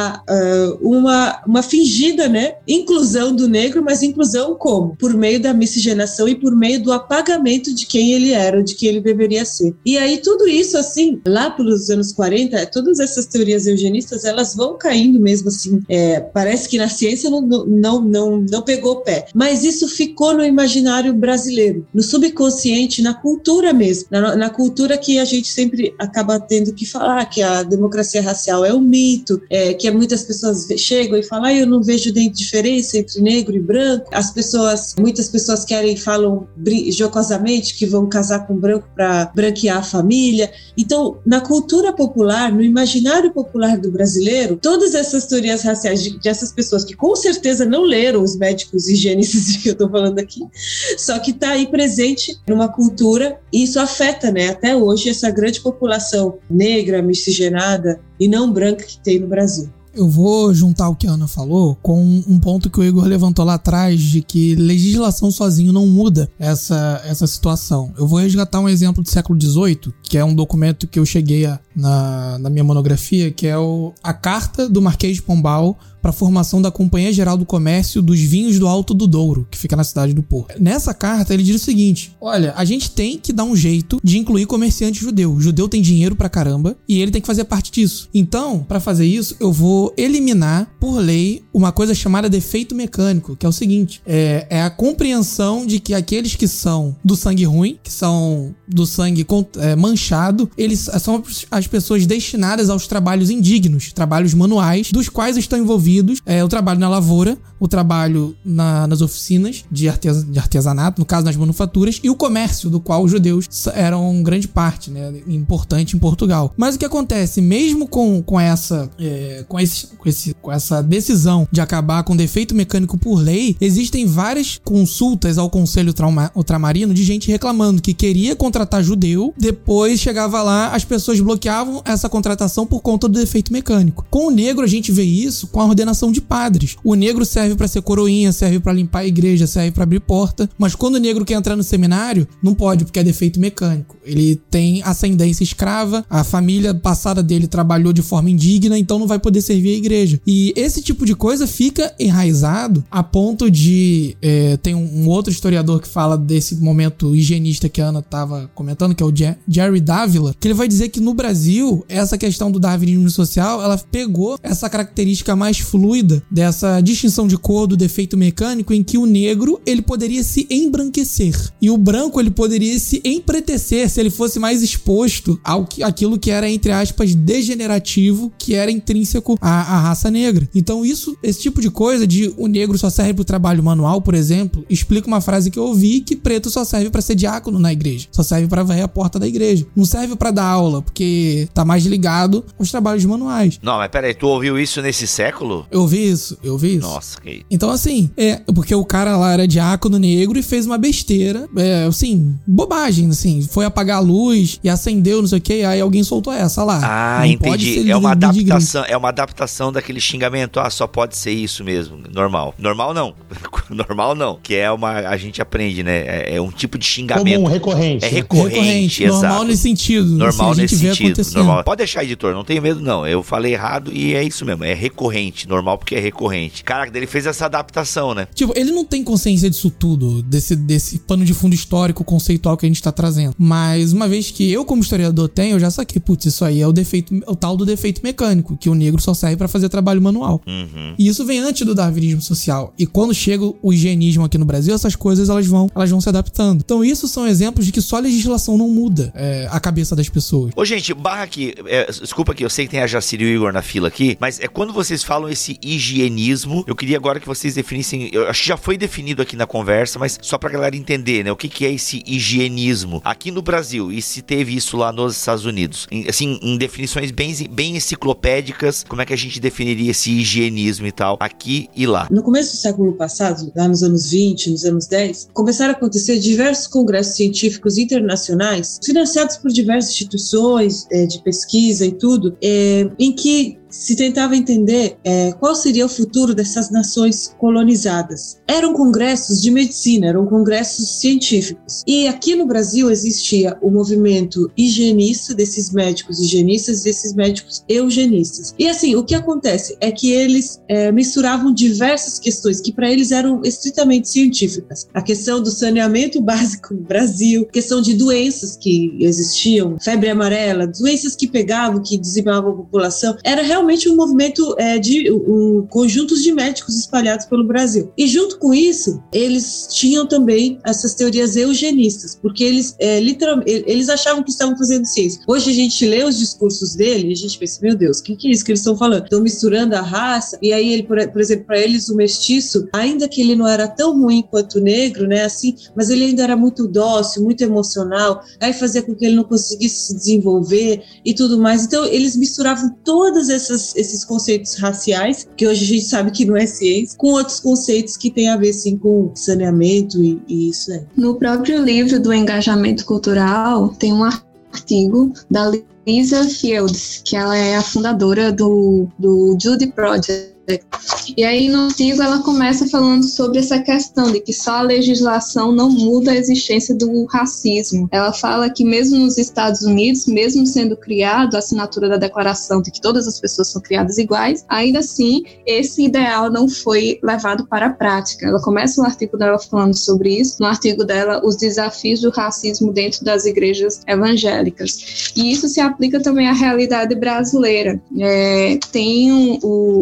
uma fingida, né, inclusão do negro, mas inclusão como? Por meio da miscigenação e por meio do apagamento de quem ele era, de quem ele deveria ser. E aí tudo isso, assim, lá pelos anos 40, todas essas teorias eugenistas, elas vão caindo mesmo, assim, parece que na ciência não pegou pé, mas isso ficou no imaginário brasileiro, no subconsciente, na cultura mesmo, na cultura que a gente sempre acaba tendo que falar que a democracia racial é um mito, que muitas pessoas chegam e falam, eu não vejo diferença entre negro e branco. Muitas pessoas falam jocosamente que vão casar com branco para branquear a família. Então, na cultura popular, no imaginário popular do brasileiro, todas essas teorias raciais dessas pessoas que com certeza não leram os médicos higienistas de que eu estou falando aqui, só que está aí presente numa cultura, e isso afeta, né, até hoje essa grande população negra, miscigenada e não branca que tem no Brasil. Eu vou juntar o que a Ana falou com um ponto que o Igor levantou lá atrás, de que legislação sozinho não muda essa situação. Eu vou resgatar um exemplo do século XVIII, que é um documento que eu cheguei na minha monografia, que é a Carta do Marquês de Pombal para a formação da Companhia Geral do Comércio dos Vinhos do Alto do Douro, que fica na cidade do Porto. Nessa carta, ele diz o seguinte: olha, a gente tem que dar um jeito de incluir comerciante judeu. O judeu tem dinheiro pra caramba e ele tem que fazer parte disso. Então, para fazer isso, eu vou eliminar, por lei, uma coisa chamada defeito mecânico, que é o seguinte: é a compreensão de que aqueles que são do sangue ruim, que são do sangue manchado, eles são as pessoas destinadas aos trabalhos indignos, trabalhos manuais, dos quais estão envolvidos o trabalho na lavoura, o trabalho nas oficinas de artesanato, no caso nas manufaturas, e o comércio, do qual os judeus eram grande parte, né, importante em Portugal. Mas o que acontece, mesmo com essa decisão de acabar com defeito mecânico por lei, existem várias consultas ao Conselho Ultramarino de gente reclamando que queria contratar judeu, depois chegava lá, as pessoas bloqueavam essa contratação por conta do defeito mecânico. Com o negro a gente vê isso com a ordenação de padres. O negro serve para ser coroinha, serve para limpar a igreja, serve para abrir porta, mas quando o negro quer entrar no seminário, não pode, porque é defeito mecânico. Ele tem ascendência escrava, a família passada dele trabalhou de forma indigna, então não vai poder servir a igreja. E esse tipo de coisa fica enraizado a ponto de... tem um outro historiador que fala desse momento higienista que a Ana estava comentando, que é o Jerry Dávila, que ele vai dizer que no Brasil, essa questão do darwinismo social, ela pegou essa característica mais fluida dessa distinção de cor do defeito mecânico, em que o negro ele poderia se embranquecer e o branco ele poderia se empretecer se ele fosse mais exposto àquilo que era, entre aspas, degenerativo, que era intrínseco à raça negra. Então esse tipo de coisa de o negro só serve para o trabalho manual, por exemplo, explica uma frase que eu ouvi, que preto só serve para ser diácono na igreja, só serve para varrer a porta da igreja, não serve para dar aula, porque tá mais ligado aos trabalhos manuais. Não, mas peraí, tu ouviu isso nesse século? Eu vi isso. Nossa, que... Então, assim, porque o cara lá era diácono negro e fez uma besteira, assim, bobagem, assim, foi apagar a luz e acendeu, não sei o que, aí alguém soltou essa lá. Ah, não entendi. É uma adaptação daquele xingamento, só pode ser isso mesmo, normal. Normal não, que a gente aprende, né, é um tipo de xingamento. Comum, recorrente. É recorrente, exato. Normal nesse sentido. Normal assim, nesse sentido. Normal. Pode deixar, editor, não tem medo não, eu falei errado e é isso mesmo, é recorrente, normal porque é recorrente. Caraca, ele fez essa adaptação, né? Tipo, ele não tem consciência disso tudo, desse pano de fundo histórico, conceitual que a gente tá trazendo. Mas uma vez que eu, como historiador, tenho, eu já saquei, putz, isso aí é o tal do defeito mecânico, que o negro só serve serve pra fazer trabalho manual. E isso vem antes do darwinismo social. E quando chega o higienismo aqui no Brasil, essas coisas elas vão se adaptando. Então isso são exemplos de que só a legislação não muda a cabeça das pessoas. Ô, gente, barra aqui, desculpa aqui, eu sei que tem a Jacira e o Igor na fila aqui, mas quando vocês falam esse higienismo, eu queria agora que vocês definissem, eu acho que já foi definido aqui na conversa, mas só pra galera entender, né, o que é esse higienismo aqui no Brasil e se teve isso lá nos Estados Unidos. Em definições bem enciclopédicas, como é que a gente definiria esse higienismo e tal, aqui e lá? No começo do século passado, lá nos anos 20, nos anos 10, começaram a acontecer diversos congressos científicos internacionais, financiados por diversas instituições de pesquisa e tudo, em que se tentava entender qual seria o futuro dessas nações colonizadas. Eram congressos de medicina, eram congressos científicos. E aqui no Brasil existia o movimento higienista, desses médicos higienistas, desses médicos eugenistas. E assim, o que acontece é que eles misturavam diversas questões que para eles eram estritamente científicas. A questão do saneamento básico no Brasil, questão de doenças que existiam, febre amarela, doenças que pegavam, que dizimavam a população, era realmente um movimento de conjuntos de médicos espalhados pelo Brasil. E junto com isso, eles tinham também essas teorias eugenistas, porque eles eles achavam que estavam fazendo ciência. Hoje a gente lê os discursos dele e a gente pensa, meu Deus, o que é isso que eles estão falando? Estão misturando a raça, e aí, por exemplo, para eles o mestiço, ainda que ele não era tão ruim quanto o negro, né, assim, mas ele ainda era muito dócil, muito emocional, aí fazia com que ele não conseguisse se desenvolver e tudo mais. Então, eles misturavam todas esses conceitos raciais, que hoje a gente sabe que não é ciência, com outros conceitos que têm a ver, sim, com saneamento e isso aí. No próprio livro do Engajamento Cultural, tem um artigo da Lisa Fields, que ela é a fundadora do Judy Project. E aí no artigo ela começa falando sobre essa questão de que só a legislação não muda a existência do racismo. Ela fala que mesmo nos Estados Unidos, mesmo sendo criado a assinatura da declaração de que todas as pessoas são criadas iguais, ainda assim esse ideal não foi levado para a prática. Ela começa o artigo dela falando sobre isso, no artigo dela, os desafios do racismo dentro das igrejas evangélicas. E isso se aplica também à realidade brasileira. Tem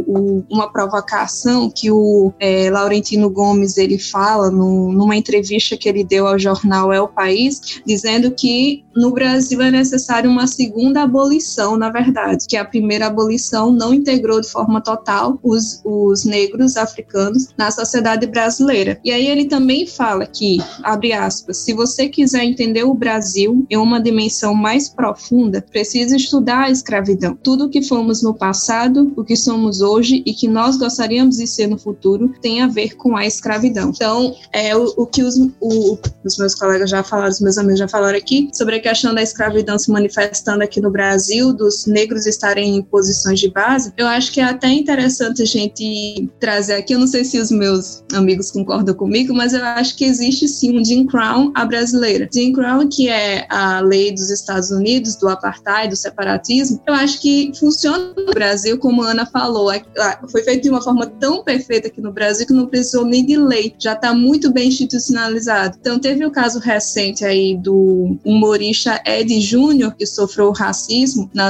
uma provocação que o Laurentino Gomes ele fala numa entrevista que ele deu ao jornal É o País, dizendo que no Brasil é necessário uma segunda abolição, na verdade, que a primeira abolição não integrou de forma total os negros africanos na sociedade brasileira. E aí ele também fala que, abre aspas, se você quiser entender o Brasil em uma dimensão mais profunda, precisa estudar a escravidão. Tudo o que fomos no passado, o que somos hoje e que nós gostaríamos de ser no futuro tem a ver com a escravidão. Então, o que os meus colegas já falaram, os meus amigos já falaram aqui, sobre a questão da escravidão se manifestando aqui no Brasil, dos negros estarem em posições de base, eu acho que é até interessante a gente trazer aqui, eu não sei se os meus amigos concordam comigo, mas eu acho que existe sim um Jim Crow à brasileira. Jim Crow, que é a lei dos Estados Unidos, do apartheid, do separatismo, eu acho que funciona no Brasil, como a Ana falou, foi feito de uma forma tão perfeita aqui no Brasil que não precisou nem de lei, já está muito bem institucionalizado. Então teve o caso recente aí do humorista Ed Júnior, que sofreu racismo na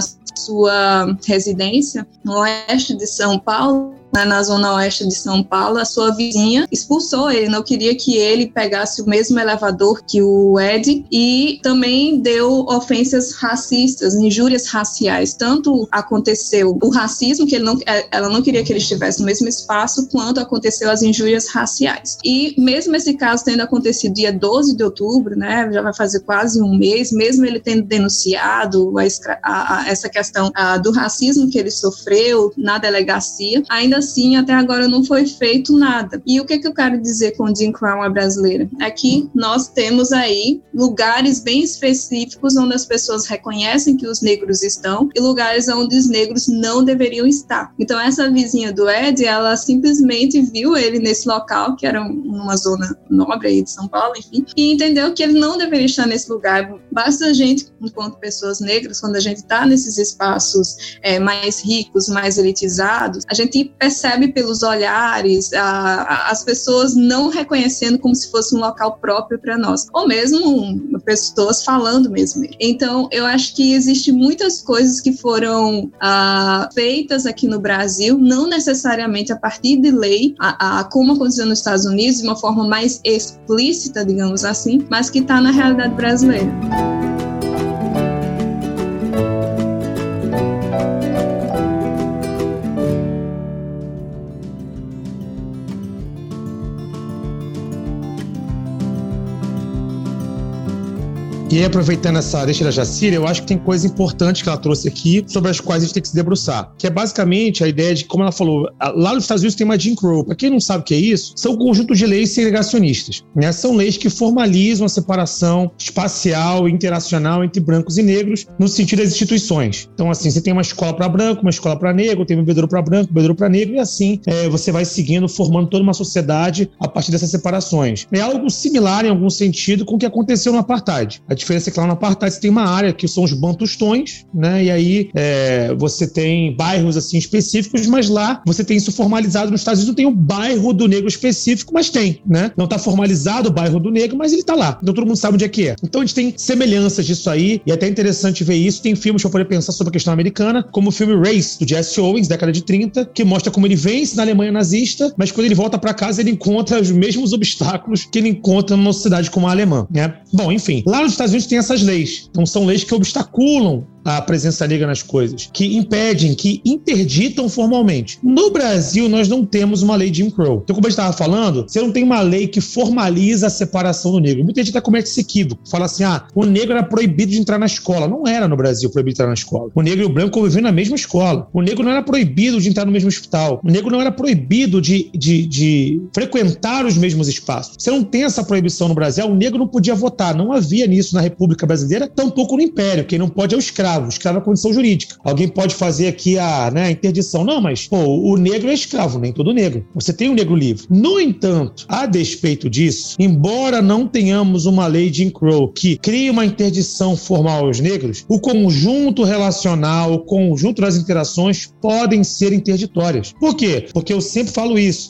sua residência no oeste de São Paulo, na zona oeste de São Paulo. A sua vizinha expulsou ele, não queria que ele pegasse o mesmo elevador que o Ed, e também deu ofensas racistas, injúrias raciais. Tanto aconteceu o racismo, que ela não queria que ele estivesse no mesmo espaço, quanto aconteceu as injúrias raciais. E mesmo esse caso tendo acontecido dia 12 de outubro, né, já vai fazer quase um mês, mesmo ele tendo denunciado essa questão do racismo que ele sofreu na delegacia, ainda assim, até agora não foi feito nada. E o que eu quero dizer com Jim Crow à brasileira? É que nós temos aí lugares bem específicos onde as pessoas reconhecem que os negros estão e lugares onde os negros não deveriam estar. Então, essa vizinha do Ed, ela simplesmente viu ele nesse local, que era uma zona nobre aí de São Paulo, enfim, e entendeu que ele não deveria estar nesse lugar. Basta a gente, enquanto pessoas negras, quando a gente está nesses espaços mais ricos, mais elitizados, a gente percebe percebe pelos olhares, as pessoas não reconhecendo como se fosse um local próprio para nós, ou mesmo pessoas falando mesmo. Então, eu acho que existem muitas coisas que foram feitas aqui no Brasil, não necessariamente a partir de lei, como aconteceu nos Estados Unidos, de uma forma mais explícita, digamos assim, mas que está na realidade brasileira. E aí, aproveitando essa deixa da Jacira, eu acho que tem coisa importante que ela trouxe aqui, sobre as quais a gente tem que se debruçar, que é basicamente a ideia de, como ela falou, lá nos Estados Unidos tem uma Jim Crow. Para quem não sabe o que é isso, são um conjunto de leis segregacionistas, né? São leis que formalizam a separação espacial e interacional entre brancos e negros no sentido das instituições. Então, assim, você tem uma escola para branco, uma escola para negro, tem um bebedouro para branco, um bebedouro para negro, e assim você vai seguindo, formando toda uma sociedade a partir dessas separações. É algo similar, em algum sentido, com o que aconteceu no Apartheid. A diferença é que lá no Apartheid você tem uma área que são os bantustões, né? E aí você tem bairros assim específicos, mas lá você tem isso formalizado. Nos Estados Unidos não tem o bairro do negro específico, mas tem, né? Não está formalizado o bairro do negro, mas ele está lá. Então todo mundo sabe onde é que é. Então a gente tem semelhanças disso aí, e é até interessante ver isso. Tem filmes para poder pensar sobre a questão americana, como o filme Race, do Jesse Owens, década de 30, que mostra como ele vence na Alemanha nazista, mas quando ele volta para casa ele encontra os mesmos obstáculos que ele encontra numa sociedade como a alemã, né? Bom, enfim, lá nos Estados Unidos tem essas leis. Então são leis que obstaculam a presença negra nas coisas, que impedem, que interditam formalmente. No Brasil, nós não temos uma lei Jim Crow. Então, como a gente estava falando, você não tem uma lei que formaliza a separação do negro. Muita gente até comete esse equívoco. Fala assim, o negro era proibido de entrar na escola. Não era no Brasil proibido de entrar na escola. O negro e o branco conviviam na mesma escola. O negro não era proibido de entrar no mesmo hospital. O negro não era proibido de frequentar os mesmos espaços. Você não tem essa proibição no Brasil. O negro não podia votar. Não havia nisso na República Brasileira, tampouco no Império. Quem não pode é o escravo. O escravo é a condição jurídica. Alguém pode fazer aqui a interdição. Não, mas o negro é escravo, nem todo negro. Você tem um negro livre. No entanto, a despeito disso, embora não tenhamos uma lei Jim Crow que crie uma interdição formal aos negros, o conjunto relacional, o conjunto das interações podem ser interditórias. Por quê? Porque eu sempre falo isso.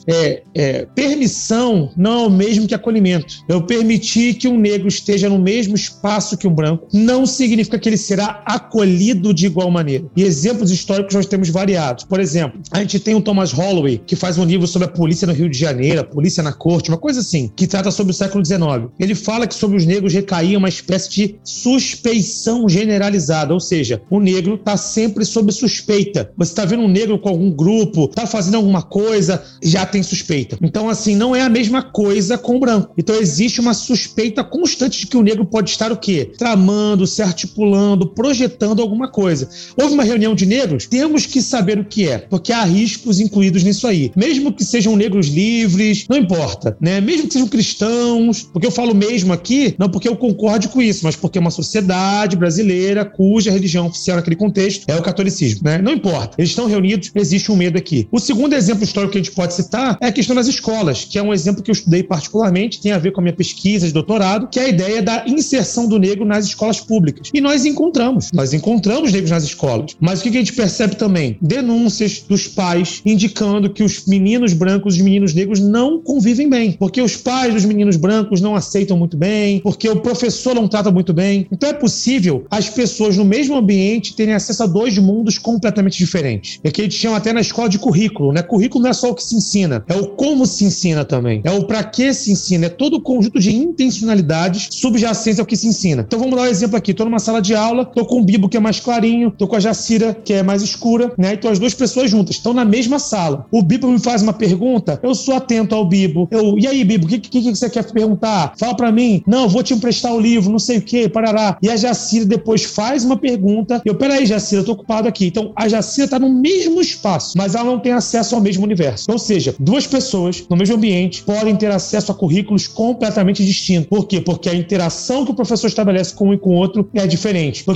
Permissão não é o mesmo que acolhimento. Eu permitir que um negro esteja no mesmo espaço que um branco não significa que ele será acolhido de igual maneira. E exemplos históricos nós temos variados. Por exemplo, a gente tem o Thomas Holloway, que faz um livro sobre a polícia no Rio de Janeiro, a polícia na corte, uma coisa assim, que trata sobre o século XIX. Ele fala que sobre os negros recaía uma espécie de suspeição generalizada, ou seja, o negro está sempre sob suspeita. Você está vendo um negro com algum grupo, está fazendo alguma coisa, já tem suspeita. Então, assim, não é a mesma coisa com o branco. Então, existe uma suspeita constante de que o negro pode estar o quê? Tramando, se articulando, projetando alguma coisa. Houve uma reunião de negros? Temos que saber o que é, porque há riscos incluídos nisso aí. Mesmo que sejam negros livres, não importa, né? Mesmo que sejam cristãos, porque eu falo mesmo aqui, não porque eu concorde com isso, mas porque é uma sociedade brasileira cuja religião oficial naquele contexto é o catolicismo, né? Não importa. Eles estão reunidos, existe um medo aqui. O segundo exemplo histórico que a gente pode citar é a questão das escolas, que é um exemplo que eu estudei particularmente, tem a ver com a minha pesquisa de doutorado, que é a ideia da inserção do negro nas escolas públicas. E nós encontramos negros nas escolas. Mas o que a gente percebe também? Denúncias dos pais indicando que os meninos brancos e os meninos negros não convivem bem, porque os pais dos meninos brancos não aceitam muito bem, porque o professor não trata muito bem. Então é possível as pessoas no mesmo ambiente terem acesso a dois mundos completamente diferentes. É que a gente chama até na escola de currículo, né? Currículo não é só o que se ensina, é o como se ensina também, é o para que se ensina, é todo o conjunto de intencionalidades subjacentes ao que se ensina. Então vamos dar um exemplo aqui. Estou numa sala de aula, estou com o Bibo, que é mais clarinho, tô com a Jacira, que é mais escura, né? Então as duas pessoas juntas estão na mesma sala. O Bibo me faz uma pergunta, eu sou atento ao Bibo. E aí, Bibo, o que você quer perguntar? Fala pra mim. Não, vou te emprestar o livro, não sei o que, parará. E a Jacira depois faz uma pergunta. Peraí, Jacira, eu tô ocupado aqui. Então a Jacira tá no mesmo espaço, mas ela não tem acesso ao mesmo universo. Ou seja, duas pessoas no mesmo ambiente podem ter acesso a currículos completamente distintos. Por quê? Porque a interação que o professor estabelece com um e com o outro é diferente. Porque eu olho pro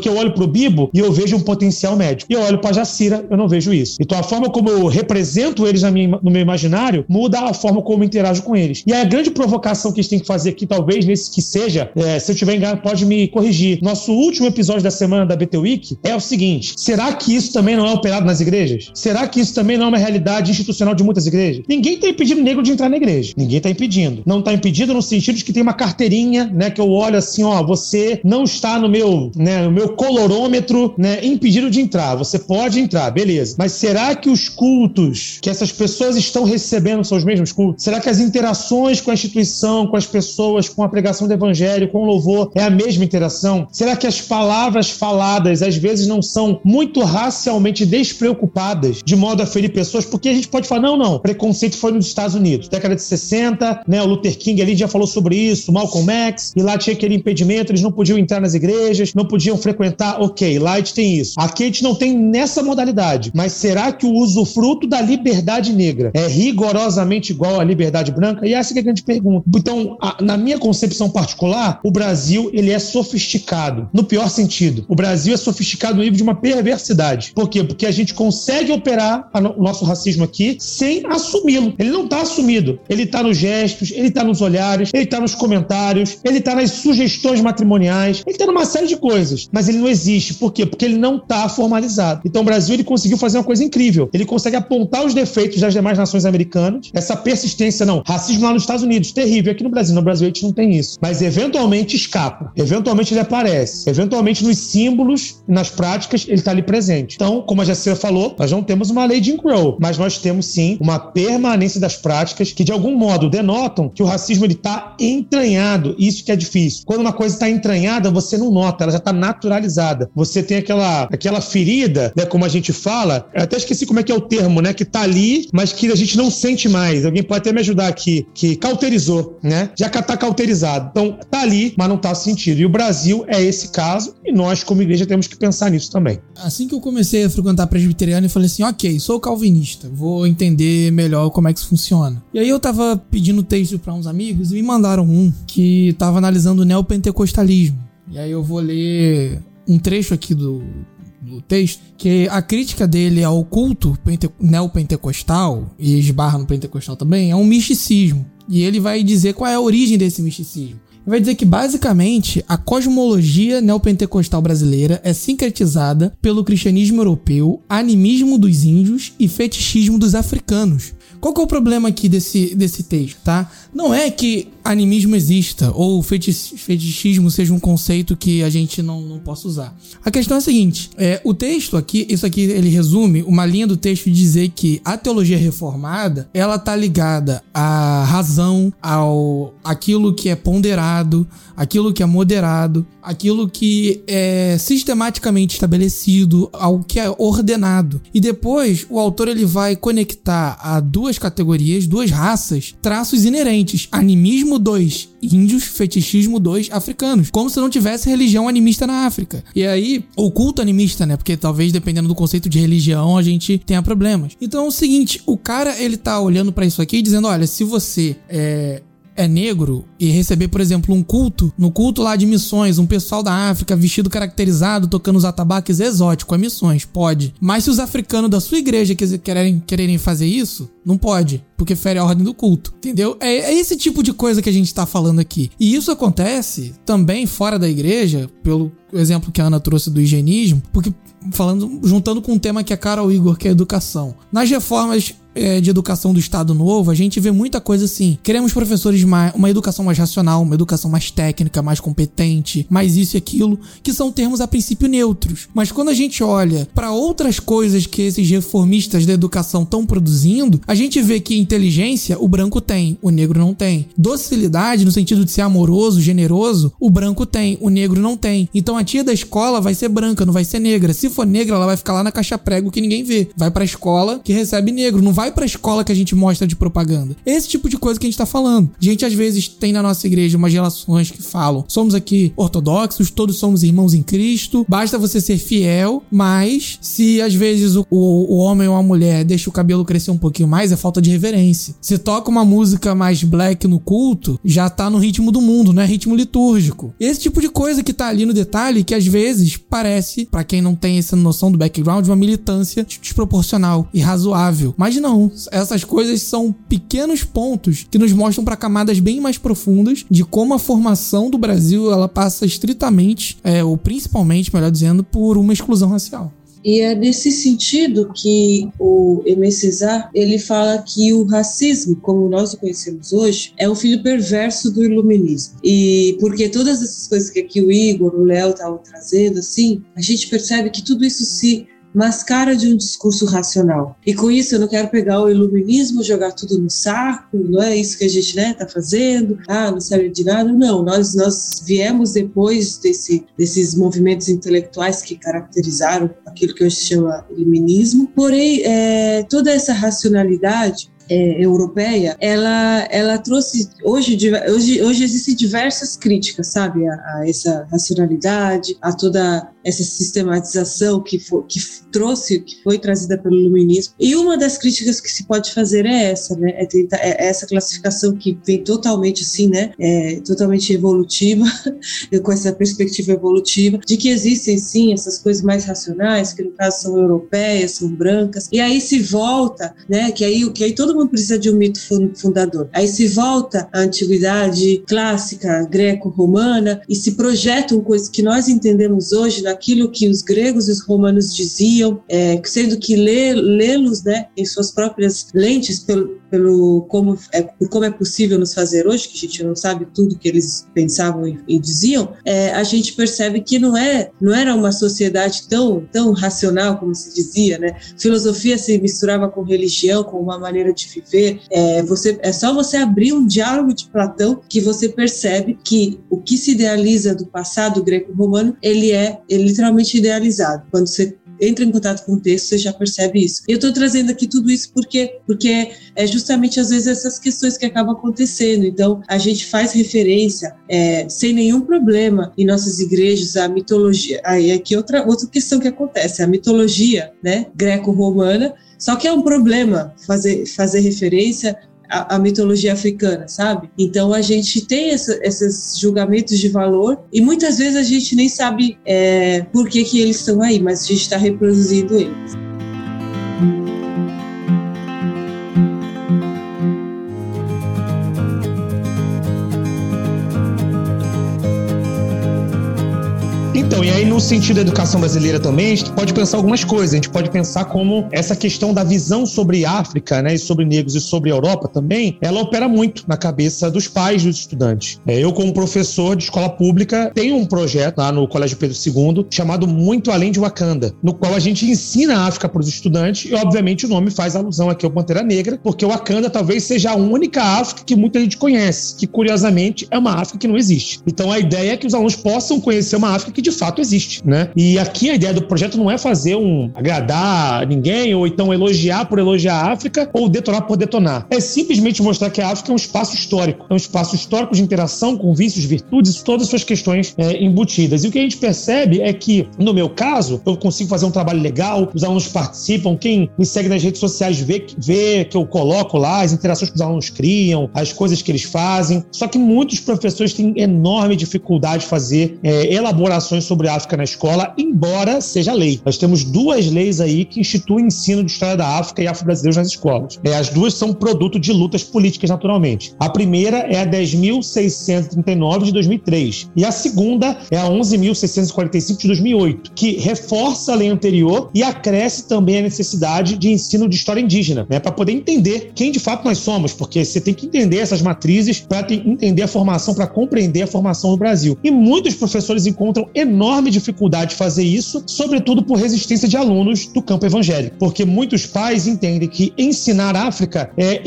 pro Bibo e eu vejo um potencial médico. E eu olho pra Jacira, eu não vejo isso. Então a forma como eu represento eles no meu imaginário muda a forma como eu interajo com eles. E a grande provocação que a gente tem que fazer aqui, talvez nesse que seja, se eu tiver enganado, pode me corrigir. Nosso último episódio da semana da BT Week é o seguinte: será que isso também não é operado nas igrejas? Será que isso também não é uma realidade institucional de muitas igrejas? Ninguém está impedindo negro de entrar na igreja. Ninguém está impedindo. Não está impedido no sentido de que tem uma carteirinha, né, que eu olho assim, ó, você não está no meu colorômetro, né, impedido de entrar. Você pode entrar, beleza. Mas será que os cultos que essas pessoas estão recebendo são os mesmos cultos? Será que as interações com a instituição, com as pessoas, com a pregação do evangelho, com o louvor, é a mesma interação? Será que as palavras faladas às vezes não são muito racialmente despreocupadas, de modo a ferir pessoas? Porque a gente pode falar, não, preconceito foi nos Estados Unidos, década de 60, né, o Luther King ali já falou sobre isso, Malcolm X, e lá tinha aquele impedimento, eles não podiam entrar nas igrejas, não podiam frequentar, ok, lá a gente tem isso. Aqui a gente não tem nessa modalidade, mas será que o usufruto da liberdade negra é rigorosamente igual à liberdade branca? E essa que é a grande pergunta. Então, na minha concepção particular, o Brasil, ele é sofisticado, no pior sentido. O Brasil é sofisticado no nível de uma perversidade. Por quê? Porque a gente consegue operar o nosso racismo aqui sem assumi-lo. Ele não está assumido. Ele está nos gestos, ele está nos olhares, ele está nos comentários, ele está nas sugestões matrimoniais, ele está numa série de coisas, mas ele não existe. Por quê? Porque ele não está formalizado. Então o Brasil, ele conseguiu fazer uma coisa incrível. Ele consegue apontar os defeitos das demais nações americanas, essa persistência, racismo lá nos Estados Unidos, terrível. Aqui no Brasil a gente não tem isso. Mas eventualmente escapa, eventualmente ele aparece, eventualmente nos símbolos, nas práticas, ele está ali presente. Então, como a Jacira falou, nós não temos uma lei de Jim Crow, mas nós temos sim uma permanência das práticas que de algum modo denotam que o racismo ele está entranhado. Isso que é difícil. Quando uma coisa está entranhada, você não nota, ela já está naturalizada. Você tem aquela ferida, né, como a gente fala, eu até esqueci como é que é o termo, né, que está ali, mas que a gente não sente mais. Alguém pode até me ajudar aqui, que cauterizou, né? Já está cauterizado. Então, está ali, mas não está sentido. E o Brasil é esse caso, e nós, como igreja, temos que pensar nisso também. Assim que eu comecei a frequentar presbiteriano, eu falei assim, ok, sou calvinista, vou entender melhor como é que isso funciona. E aí eu tava pedindo texto para uns amigos e me mandaram um que tava analisando o neopentecostalismo. E aí eu vou ler um trecho aqui do texto, que a crítica dele ao culto neopentecostal, e esbarra no pentecostal também, é um misticismo. E ele vai dizer qual é a origem desse misticismo. Ele vai dizer que, basicamente, a cosmologia neopentecostal brasileira é sincretizada pelo cristianismo europeu, animismo dos índios e fetichismo dos africanos. Qual que é o problema aqui desse texto, tá? Não é que animismo exista ou fetichismo seja um conceito que a gente não possa usar. A questão é a seguinte, o texto aqui, isso aqui ele resume uma linha do texto de dizer que a teologia reformada, ela tá ligada à razão, aquilo que é ponderado, aquilo que é moderado, aquilo que é sistematicamente estabelecido, ao que é ordenado. E depois o autor ele vai conectar a duas categorias, duas raças, traços inerentes: animismo dos índios, fetichismo dos africanos, como se não tivesse religião animista na África. E aí, o culto animista, né? Porque talvez dependendo do conceito de religião a gente tenha problemas. Então é o seguinte, o cara ele tá olhando pra isso aqui e dizendo, olha, se você é negro e receber, por exemplo, um culto, no culto lá de missões, um pessoal da África vestido caracterizado, tocando os atabaques exóticos, a missões, pode. Mas se os africanos da sua igreja quererem fazer isso, não pode, porque fere a ordem do culto, entendeu? É esse tipo de coisa que a gente tá falando aqui. E isso acontece também fora da igreja, pelo exemplo que a Ana trouxe do higienismo, porque juntando com um tema que é caro ao Igor, que é a educação. Nas reformas de educação do Estado Novo, a gente vê muita coisa assim. Queremos professores uma educação mais racional, uma educação mais técnica, mais competente, mais isso e aquilo, que são termos a princípio neutros. Mas quando a gente olha para outras coisas que esses reformistas da educação estão produzindo, a gente vê que inteligência o branco tem, o negro não tem. Docilidade, no sentido de ser amoroso, generoso, o branco tem, o negro não tem. Então a tia da escola vai ser branca, não vai ser negra. Se for negra, ela vai ficar lá na caixa prego que ninguém vê. Vai pra escola que recebe negro, não vai vai pra escola que a gente mostra de propaganda. Esse tipo de coisa que a gente tá falando. A gente às vezes tem na nossa igreja umas relações que falam, somos aqui ortodoxos, todos somos irmãos em Cristo, basta você ser fiel, mas se às vezes o homem ou a mulher deixa o cabelo crescer um pouquinho mais, é falta de reverência. Se toca uma música mais black no culto, já tá no ritmo do mundo, não é ritmo litúrgico. Esse tipo de coisa que tá ali no detalhe, que às vezes parece, pra quem não tem essa noção do background, uma militância desproporcional e razoável. Mas não, essas coisas são pequenos pontos que nos mostram pra camadas bem mais profundas de como a formação do Brasil, ela passa estritamente, ou principalmente, melhor dizendo, por uma exclusão racial. E é nesse sentido que o Aimé Césaire, ele fala que o racismo, como nós o conhecemos hoje, é um filho perverso do iluminismo. E porque todas essas coisas que aqui o Igor, o Léo estavam trazendo, assim, a gente percebe que tudo isso se mascara de um discurso racional. E com isso eu não quero pegar o iluminismo, jogar tudo no saco, não é isso que a gente tá fazendo, não serve de nada. Não, nós viemos depois desses movimentos intelectuais que caracterizaram aquilo que hoje se chama iluminismo. Porém, toda essa racionalidade europeia, ela trouxe, hoje existem diversas críticas, sabe, a essa racionalidade, a toda essa sistematização que foi trazida pelo iluminismo. E uma das críticas que se pode fazer é essa, né, essa classificação que vem totalmente assim, né, totalmente evolutiva, com essa perspectiva evolutiva, de que existem sim essas coisas mais racionais, que no caso são europeias, são brancas, e aí se volta, né, que aí todo mundo precisa de um mito fundador. Aí se volta à antiguidade clássica, greco-romana, e se projetam coisas que nós entendemos hoje naquilo que os gregos e os romanos diziam, sendo que lê-los, né, em suas próprias lentes, por como é possível nos fazer hoje, que a gente não sabe tudo que eles pensavam e diziam, a gente percebe que não era uma sociedade tão racional como se dizia, né? Filosofia se misturava com religião, com uma maneira de viver. É só você abrir um diálogo de Platão que você percebe que o que se idealiza do passado greco-romano, ele é literalmente idealizado. Quando você entra em contato com o texto, você já percebe isso. E eu estou trazendo aqui tudo isso porque é justamente, às vezes, essas questões que acabam acontecendo. Então, a gente faz referência, sem nenhum problema, em nossas igrejas, à mitologia. Aí aqui outra questão que acontece, a mitologia, né, greco-romana, só que é um problema fazer referência a mitologia africana, sabe? Então a gente tem esses julgamentos de valor e muitas vezes a gente nem sabe por que eles estão aí, mas a gente está reproduzindo eles. Então, e aí no sentido da educação brasileira também, a gente pode pensar algumas coisas. A gente pode pensar como essa questão da visão sobre África, né, e sobre negros e sobre Europa também, ela opera muito na cabeça dos pais dos estudantes. Eu, como professor de escola pública, tenho um projeto lá no Colégio Pedro II chamado Muito Além de Wakanda, no qual a gente ensina a África para os estudantes e, obviamente, o nome faz alusão aqui ao Pantera Negra, porque o Wakanda talvez seja a única África que muita gente conhece, que, curiosamente, é uma África que não existe. Então, a ideia é que os alunos possam conhecer uma África que, de fato, existe, né? E aqui a ideia do projeto não é fazer agradar ninguém ou então elogiar por elogiar a África ou detonar por detonar. É simplesmente mostrar que a África é um espaço histórico. É um espaço histórico de interação com vícios, virtudes e todas as suas questões embutidas. E o que a gente percebe é que, no meu caso, eu consigo fazer um trabalho legal, os alunos participam, quem me segue nas redes sociais vê que eu coloco lá as interações que os alunos criam, as coisas que eles fazem. Só que muitos professores têm enorme dificuldade de fazer elaborações sobre a África na escola, embora seja lei. Nós temos 2 leis aí que instituem o ensino de história da África e afro-brasileiros nas escolas. As 2 são produto de lutas políticas, naturalmente. A primeira é a 10.639 de 2003 e a segunda é a 11.645 de 2008, que reforça a lei anterior e acresce também a necessidade de ensino de história indígena, né, para poder entender quem de fato nós somos, porque você tem que entender essas matrizes para entender a formação, para compreender a formação do Brasil. E muitos professores encontram enorme dificuldade de fazer isso, sobretudo por resistência de alunos do campo evangélico, porque muitos pais entendem que ensinar África é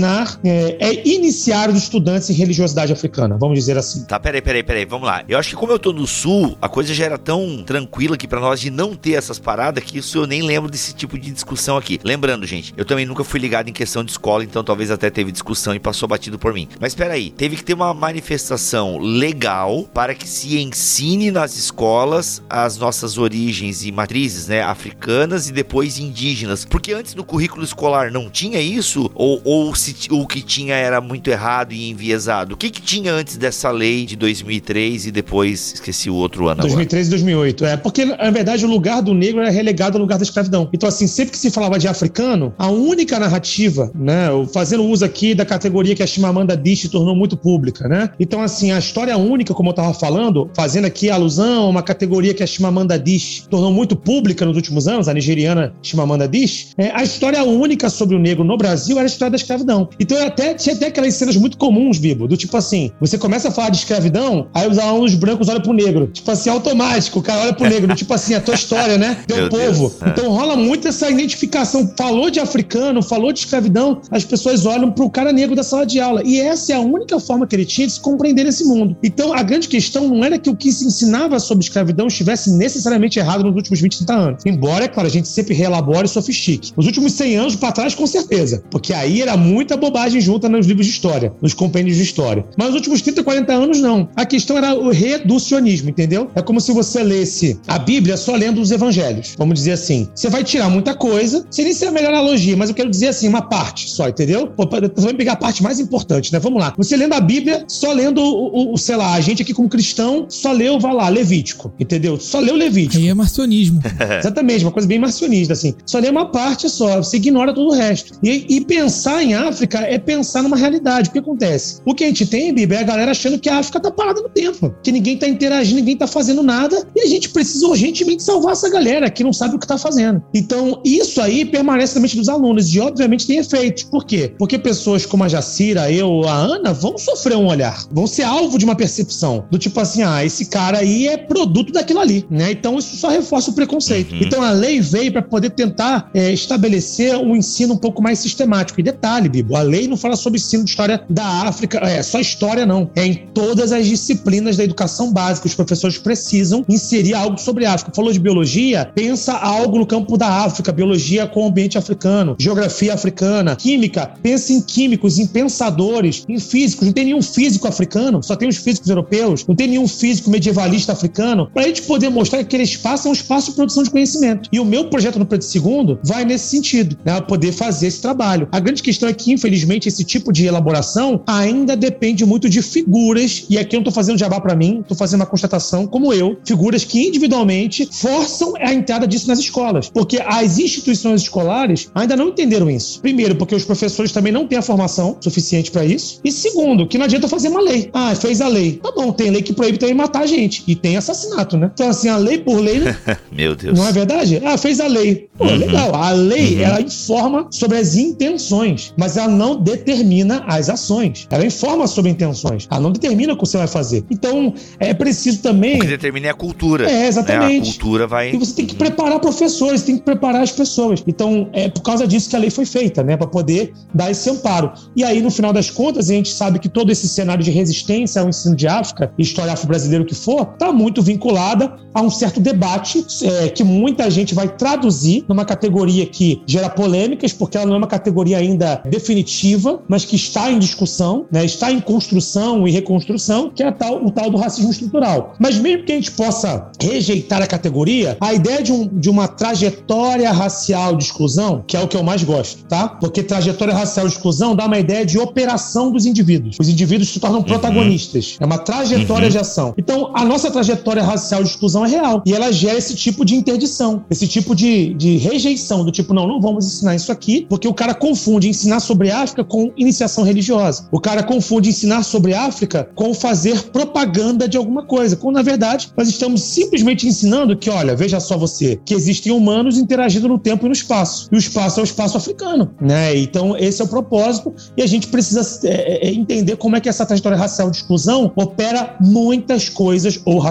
iniciar os estudantes em religiosidade africana, vamos dizer assim. Tá, peraí, vamos lá. Eu acho que como eu tô no sul, a coisa já era tão tranquila aqui pra nós de não ter essas paradas que isso eu nem lembro desse tipo de discussão aqui. Lembrando, gente, eu também nunca fui ligado em questão de escola, então talvez até teve discussão e passou batido por mim. Mas peraí, teve que ter uma manifestação legal para que se ensine nas escolas as nossas origens e matrizes, né, africanas e depois indígenas. Porque antes do currículo escolar não tinha isso? Ou se o que tinha era muito errado e enviesado? O que tinha antes dessa lei de 2003 e depois, esqueci o outro ano 2003 e 2008. Porque, na verdade, o lugar do negro era relegado ao lugar da escravidão. Então, assim, sempre que se falava de africano, a única narrativa, né, fazendo uso aqui da categoria que a Chimamanda Adichie tornou muito pública, né? Então, assim, a história única, como eu estava falando, fazendo aqui alusão a uma categoria que a Chimamanda Adichie tornou muito pública nos últimos anos, a nigeriana Chimamanda Adichie, a história única sobre o negro no Brasil era a história da escravidão. Então, tinha até aquelas cenas muito comuns, Bibo, do tipo assim, você começa a falar de escravidão, aí os alunos brancos olham pro negro. Tipo assim, automático, o cara olha pro negro, tipo assim, a tua história, né? Teu povo. Então rola muito essa identificação. Falou de africano, falou de escravidão, as pessoas olham pro cara negro da sala de aula. E essa é a única forma que ele tinha de se compreender esse mundo. Então, a grande questão não era que o que se ensinava sobre escravidão estivesse necessariamente errado nos últimos 20, 30 anos. Embora, é claro, a gente sempre reelabore e sofistique. Nos últimos 100 anos pra trás, com certeza. Porque aí era muita bobagem junta nos livros de história, nos compêndios de história. Mas nos últimos 30, 40 anos, não. A questão era o reducionismo, entendeu? É como se você lesse a Bíblia só lendo os evangelhos. Vamos dizer assim. Você vai tirar muita coisa, seria isso a melhor analogia, mas eu quero dizer assim, uma parte só, entendeu? Você vai pegar a parte mais importante, né? Vamos lá. Você lendo a Bíblia, só lendo sei lá, a gente aqui como cristão, só leu, vai lá, Levítico, entendeu? Só leu Levítico. Aí é marcionismo. Exatamente, uma coisa bem marcionista, assim. Só lê uma parte só, você ignora todo o resto. E pensar em África é pensar numa realidade. O que acontece? O que a gente tem, Bíblia, é a galera achando que a África tá parada no tempo, que ninguém tá interagindo, ninguém tá fazendo nada, e a gente precisa urgentemente salvar essa galera que não sabe o que tá fazendo. Então, isso aí permanece na mente dos alunos e, obviamente, tem efeitos. Por quê? Porque pessoas como a Jacira, eu, a Ana, vão sofrer um olhar, vão ser alvo de uma percepção, do tipo assim, esse cara aí é produto daquilo ali, né? Então, isso só reforça o preconceito. Então, a lei veio para poder tentar estabelecer um ensino um pouco mais sistemático. E detalhe, Bibo, a lei não fala sobre ensino de história da África, só história não. É em todas as disciplinas da educação básica. Os professores precisam inserir algo sobre a África. Falou de biologia, pensa algo no campo da África, biologia com o ambiente africano, geografia africana, química, pensa em químicos, em pensadores, em físicos. Não tem nenhum físico africano, só tem os físicos europeus, não tem nenhum físico medievalista africano, para a gente poder mostrar que aquele espaço é um espaço de produção de conhecimento. E o meu projeto no Preto II vai nesse sentido, né, poder fazer esse trabalho. A grande questão é que, infelizmente, esse tipo de elaboração ainda depende muito de figuras, e aqui eu não estou fazendo jabá para mim, estou fazendo uma constatação, como eu, figuras que individualmente forçam a entrada disso nas escolas, porque as instituições escolares ainda não entenderam isso. Primeiro, porque os professores também não têm a formação suficiente para isso, e segundo, que não adianta fazer uma lei. Fez a lei. Tá bom, tem lei que proíbe também matar a gente, e tem assassinato, né? Então, assim, a lei por lei... Meu Deus. Não é verdade? Fez a lei. Legal. A lei, ela informa sobre as intenções, mas ela não determina as ações. Ela informa sobre intenções. Ela não determina o que você vai fazer. Então, é preciso também... O que determina é a cultura. Exatamente. A cultura vai... E você tem que preparar professores, tem que preparar as pessoas. Então, é por causa disso que a lei foi feita, né? Para poder dar esse amparo. E aí, no final das contas, a gente sabe que todo esse cenário de resistência ao ensino de África, história afro-brasileira, o que for, está muito vinculada a um certo debate que muita gente vai traduzir numa categoria que gera polêmicas, porque ela não é uma categoria ainda definitiva, mas que está em discussão, né? Está em construção e reconstrução, que é o tal do racismo estrutural. Mas mesmo que a gente possa rejeitar a categoria, a ideia de uma trajetória racial de exclusão, que é o que eu mais gosto, tá? Porque trajetória racial de exclusão dá uma ideia de operação dos indivíduos. Os indivíduos se tornam protagonistas. É uma trajetória de ação. Então, a nossa trajetória racial de exclusão é real. E ela gera esse tipo de interdição, esse tipo de rejeição, do tipo, não vamos ensinar isso aqui, porque o cara confunde ensinar sobre África com iniciação religiosa. O cara confunde ensinar sobre África com fazer propaganda de alguma coisa, quando, na verdade, nós estamos simplesmente ensinando que, olha, veja só você, que existem humanos interagindo no tempo e no espaço. E o espaço é o espaço africano, né? Então, esse é o propósito, e a gente precisa entender como é que essa trajetória racial de exclusão opera muitas coisas, ou racismo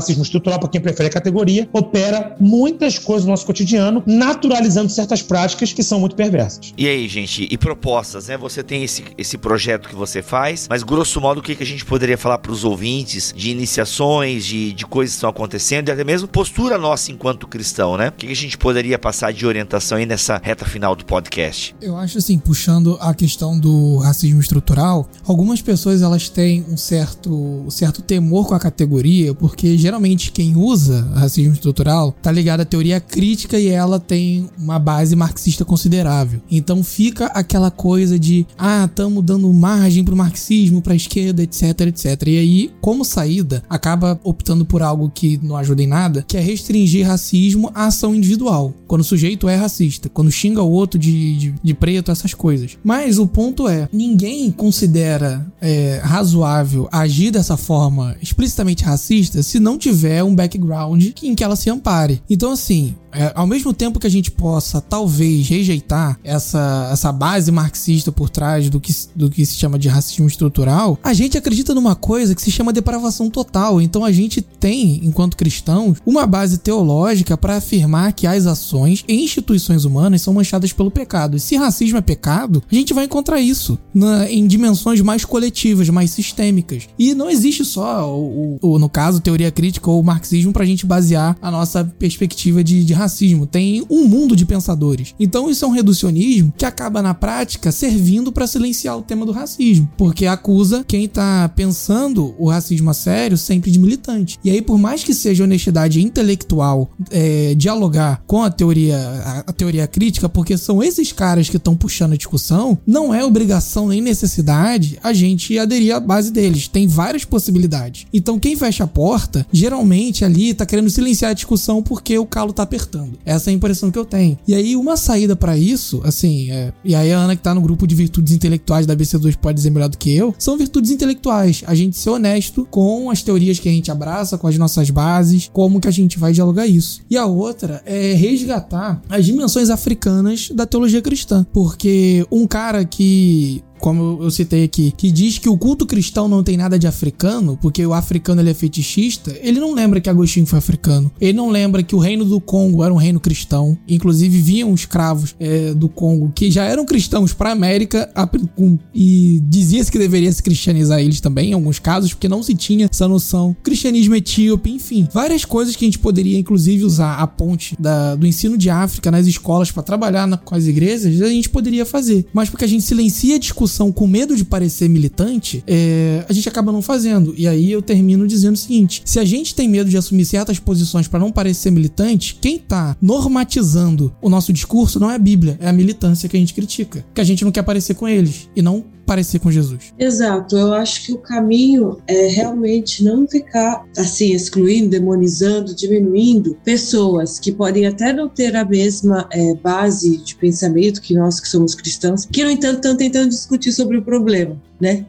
racismo estrutural, para quem prefere a categoria, opera muitas coisas no nosso cotidiano, naturalizando certas práticas que são muito perversas. E aí, gente, e propostas, né? Você tem esse projeto que você faz, mas grosso modo o que a gente poderia falar para os ouvintes de iniciações, de coisas que estão acontecendo e até mesmo postura nossa enquanto cristão, né? O que a gente poderia passar de orientação aí nessa reta final do podcast? Eu acho assim, puxando a questão do racismo estrutural, algumas pessoas elas têm um certo temor com a categoria, porque geralmente quem usa racismo estrutural tá ligado à teoria crítica e ela tem uma base marxista considerável. Então fica aquela coisa de estamos dando margem pro marxismo, pra esquerda, etc, etc. E aí, como saída, acaba optando por algo que não ajuda em nada, que é restringir racismo à ação individual. Quando o sujeito é racista, quando xinga o outro de preto, essas coisas. Mas o ponto é, ninguém considera razoável agir dessa forma explicitamente racista se não tiver um background em que ela se ampare. Então, assim, ao mesmo tempo que a gente possa, talvez, rejeitar essa base marxista por trás do que se chama de racismo estrutural, a gente acredita numa coisa que se chama depravação total. Então a gente tem, enquanto cristãos, uma base teológica para afirmar que as ações e instituições humanas são manchadas pelo pecado. E se racismo é pecado, a gente vai encontrar isso em dimensões mais coletivas, mais sistêmicas. E não existe só, no caso, teoria crítica ou marxismo pra gente basear a nossa perspectiva de racismo. Tem um mundo de pensadores. Então isso é um reducionismo que acaba na prática servindo para silenciar o tema do racismo, porque acusa quem tá pensando o racismo a sério sempre de militante. E aí, por mais que seja honestidade intelectual dialogar com a teoria crítica, porque são esses caras que estão puxando a discussão, não é obrigação nem necessidade a gente aderir à base deles. Tem várias possibilidades. Então quem fecha a porta, geralmente ali tá querendo silenciar a discussão porque o calo tá apertando. Essa é a impressão que eu tenho. E aí uma saída pra isso, assim, e aí a Ana que tá no grupo de virtudes intelectuais da BC2 pode dizer melhor do que eu, são virtudes intelectuais. A gente ser honesto com as teorias que a gente abraça, com as nossas bases, como que a gente vai dialogar isso. E a outra é resgatar as dimensões africanas da teologia cristã. Porque um cara que, como eu citei aqui, que diz que o culto cristão não tem nada de africano, porque o africano ele é fetichista, ele não lembra que Agostinho foi africano. Ele não lembra que o reino do Congo era um reino cristão. Inclusive, vinham escravos do Congo que já eram cristãos para a América e dizia-se que deveria se cristianizar eles também, em alguns casos, porque não se tinha essa noção. Cristianismo etíope, enfim. Várias coisas que a gente poderia, inclusive, usar a ponte do ensino de África nas escolas para trabalhar com as igrejas, a gente poderia fazer. Mas porque a gente silencia a discussão com medo de parecer militante, a gente acaba não fazendo. E aí eu termino dizendo o seguinte: se a gente tem medo de assumir certas posições para não parecer militante, quem tá normatizando o nosso discurso não é a Bíblia, é a militância que a gente critica. Que a gente não quer parecer com eles e não parecer com Jesus. Exato, eu acho que o caminho é realmente não ficar assim, excluindo, demonizando, diminuindo pessoas que podem até não ter a mesma base de pensamento que nós que somos cristãos, que no entanto estão tentando discutir sobre o problema, né?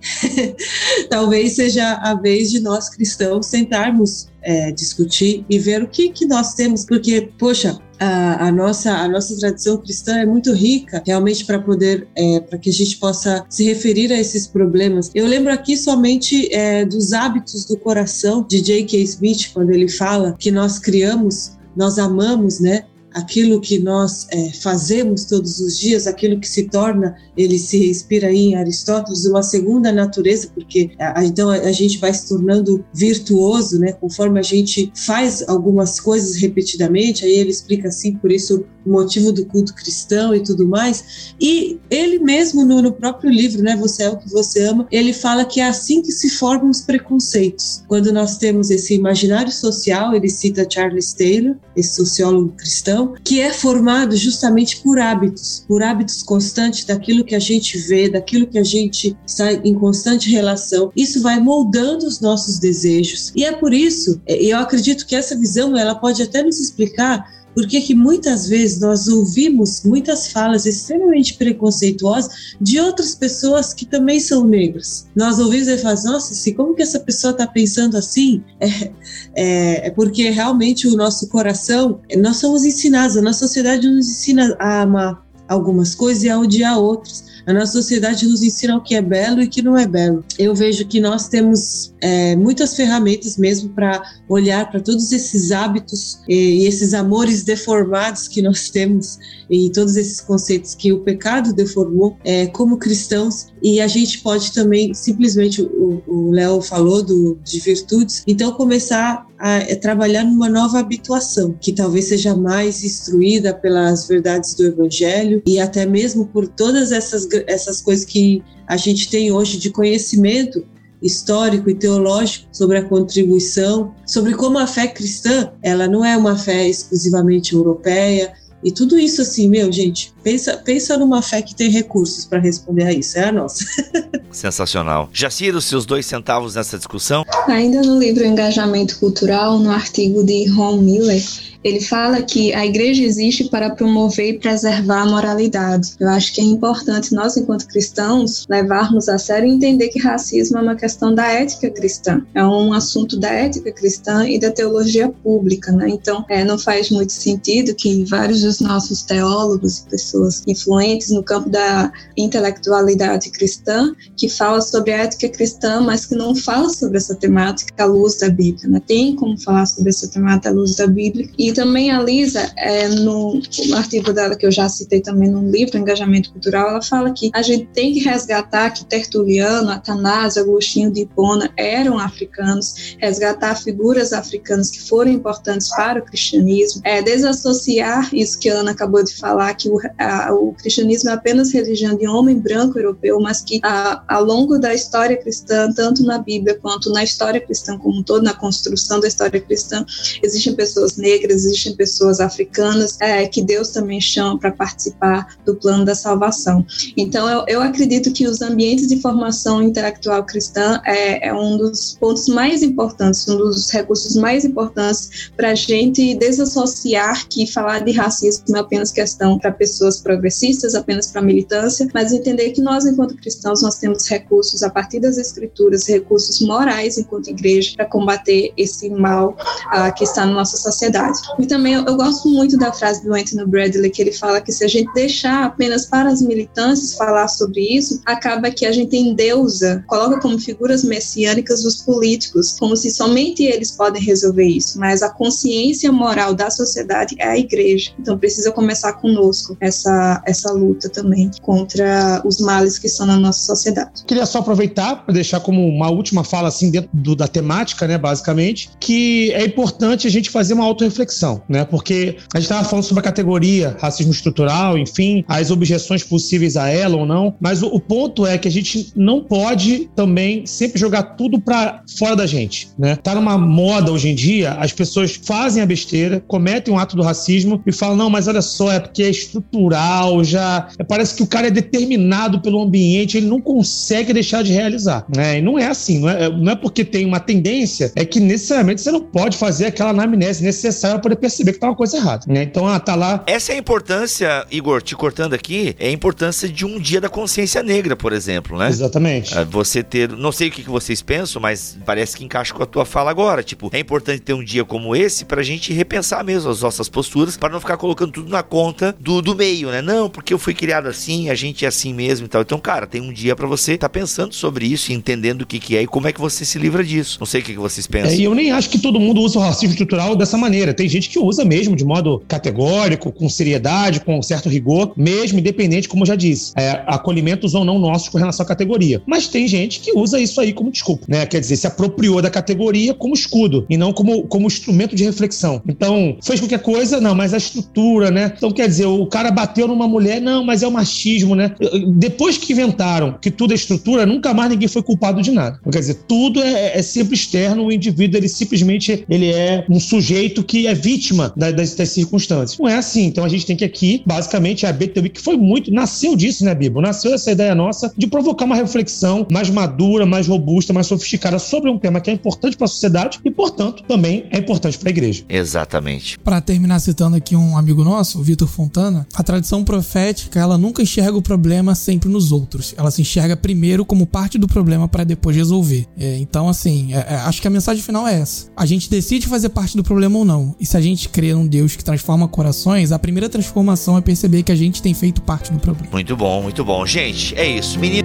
Talvez seja a vez de nós cristãos sentarmos discutir e ver o que nós temos, porque, poxa, a nossa tradição cristã é muito rica, realmente, para poder, para que a gente possa se referir a esses problemas. Eu lembro aqui somente dos hábitos do coração de J.K. Smith, quando ele fala que nós criamos, nós amamos, né? Aquilo que nós fazemos todos os dias, aquilo que se torna, ele se inspira aí em Aristóteles, uma segunda natureza, porque então a gente vai se tornando virtuoso, né, conforme a gente faz algumas coisas repetidamente. Aí ele explica assim, por isso o motivo do culto cristão e tudo mais. E ele mesmo no próprio livro, né, Você é o que você ama, ele fala que é assim que se formam os preconceitos. Quando nós temos esse imaginário social, ele cita Charles Taylor, esse sociólogo cristão, que é formado justamente por hábitos constantes daquilo que a gente vê, daquilo que a gente está em constante relação. Isso vai moldando os nossos desejos. E é por isso, eu acredito que essa visão, ela pode até nos explicar porque que muitas vezes nós ouvimos muitas falas extremamente preconceituosas de outras pessoas que também são negras. Nós ouvimos e falamos, nossa, assim, como que essa pessoa está pensando assim? É porque realmente o nosso coração, nós somos ensinados, a nossa sociedade nos ensina a algumas coisas e a odiar outras. A nossa sociedade nos ensina o que é belo e o que não é belo. Eu vejo que nós temos muitas ferramentas mesmo para olhar para todos esses hábitos e esses amores deformados que nós temos e todos esses conceitos que o pecado deformou como cristãos. E a gente pode também, simplesmente, o Léo falou de virtudes, então começar a trabalhar numa nova habituação, que talvez seja mais instruída pelas verdades do Evangelho e até mesmo por todas essas coisas que a gente tem hoje de conhecimento histórico e teológico sobre a contribuição, sobre como a fé cristã, ela não é uma fé exclusivamente europeia, e tudo isso assim, gente, pensa numa fé que tem recursos para responder a isso, é a nossa. Sensacional. Jacira, os seus 2 centavos nessa discussão? Ainda no livro Engajamento Cultural, no artigo de Ron Miller, ele fala que a igreja existe para promover e preservar a moralidade. Eu acho que é importante nós, enquanto cristãos, levarmos a sério e entender que racismo é uma questão da ética cristã. É um assunto da ética cristã e da teologia pública, né? Então, não faz muito sentido que vários dos nossos teólogos e pessoas influentes no campo da intelectualidade cristã, que fala sobre a ética cristã, mas que não fala sobre essa temática à luz da Bíblia, né? Tem como falar sobre essa temática à luz da Bíblia. E também a Lisa, no artigo dela que eu já citei também no livro Engajamento Cultural, ela fala que a gente tem que resgatar que Tertuliano, Atanásio, Agostinho de Hipona eram africanos, resgatar figuras africanas que foram importantes para o cristianismo, desassociar isso que a Ana acabou de falar, que o cristianismo é apenas religião de homem branco europeu, mas que ao longo da história cristã, tanto na Bíblia quanto na história cristã como um todo, na construção da história cristã, existem pessoas negras, existem pessoas africanas que Deus também chama para participar do plano da salvação. Então, eu acredito que os ambientes de formação intelectual cristã é um dos pontos mais importantes, um dos recursos mais importantes para a gente desassociar que falar de racismo é apenas questão para pessoas progressistas, apenas para militância, mas entender que nós, enquanto cristãos, nós temos recursos a partir das escrituras, recursos morais enquanto igreja para combater esse mal que está na nossa sociedade. E também eu gosto muito da frase do Anthony Bradley, que ele fala que se a gente deixar apenas para as militâncias falar sobre isso, acaba que a gente endeusa, coloca como figuras messiânicas os políticos, como se somente eles podem resolver isso, mas a consciência moral da sociedade é a igreja. Então precisa começar conosco essa luta também contra os males que estão na nossa sociedade. Queria só aproveitar para deixar como uma última fala assim dentro da temática, né, basicamente, que é importante a gente fazer uma autorreflexão, né, porque a gente estava falando sobre a categoria racismo estrutural, enfim, as objeções possíveis a ela ou não, mas o ponto é que a gente não pode também sempre jogar tudo para fora da gente, né? Tá numa moda hoje em dia, as pessoas fazem a besteira, cometem um ato do racismo e falam, não, mas olha só, é porque é estrutural, já parece que o cara é determinado pelo ambiente, ele não consegue deixar de realizar, né? E não é assim, não é porque tem uma tendência, é que necessariamente você não pode fazer aquela anamnese necessária para poder perceber que tá uma coisa errada, né? Então, tá lá. Essa é a importância, Igor, te cortando aqui, é a importância de um dia da consciência negra, por exemplo, né? Exatamente. Você ter, não sei o que vocês pensam, mas parece que encaixa com a tua fala agora, tipo, é importante ter um dia como esse pra gente repensar mesmo as nossas posturas, para não ficar colocando tudo na conta do meio, né? Não, porque eu fui criado assim, a gente é assim mesmo e tal. Então, cara, tem um dia pra você tá pensando sobre isso e entendendo o que é e como é que você se livra disso. Não sei o que vocês pensam. E eu nem acho que todo mundo usa o racismo estrutural dessa maneira. Tem gente que usa mesmo de modo categórico, com seriedade, com certo rigor, mesmo independente, como eu já disse, acolhimentos ou não nossos com relação à categoria. Mas tem gente que usa isso aí como desculpa, né? Quer dizer, se apropriou da categoria como escudo e não como instrumento de reflexão. Então, fez qualquer coisa, não, mas a estrutura, né? Então, quer dizer, o cara bateu numa mulher, não, mas é o machismo, né? Depois que inventaram que tudo é estrutura, nunca mais ninguém foi culpado de nada. Quer dizer, tudo é sempre externo, o indivíduo, ele simplesmente, ele é um sujeito que é vítima das circunstâncias. Não é assim. Então, a gente tem que aqui, basicamente, a BTW, que foi muito, nasceu disso, né, Bibo? Nasceu essa ideia nossa de provocar uma reflexão mais madura, mais robusta, mais sofisticada sobre um tema que é importante para a sociedade e, portanto, também é importante para a igreja. Exatamente. Para terminar citando aqui um amigo nosso, o Vitor Fontana, a tradição tradição profética, ela nunca enxerga o problema sempre nos outros. Ela se enxerga primeiro como parte do problema para depois resolver. Então, assim, acho que a mensagem final é essa. A gente decide fazer parte do problema ou não. E se a gente crê num Deus que transforma corações, a primeira transformação é perceber que a gente tem feito parte do problema. Muito bom, muito bom. Gente, é isso. Menino...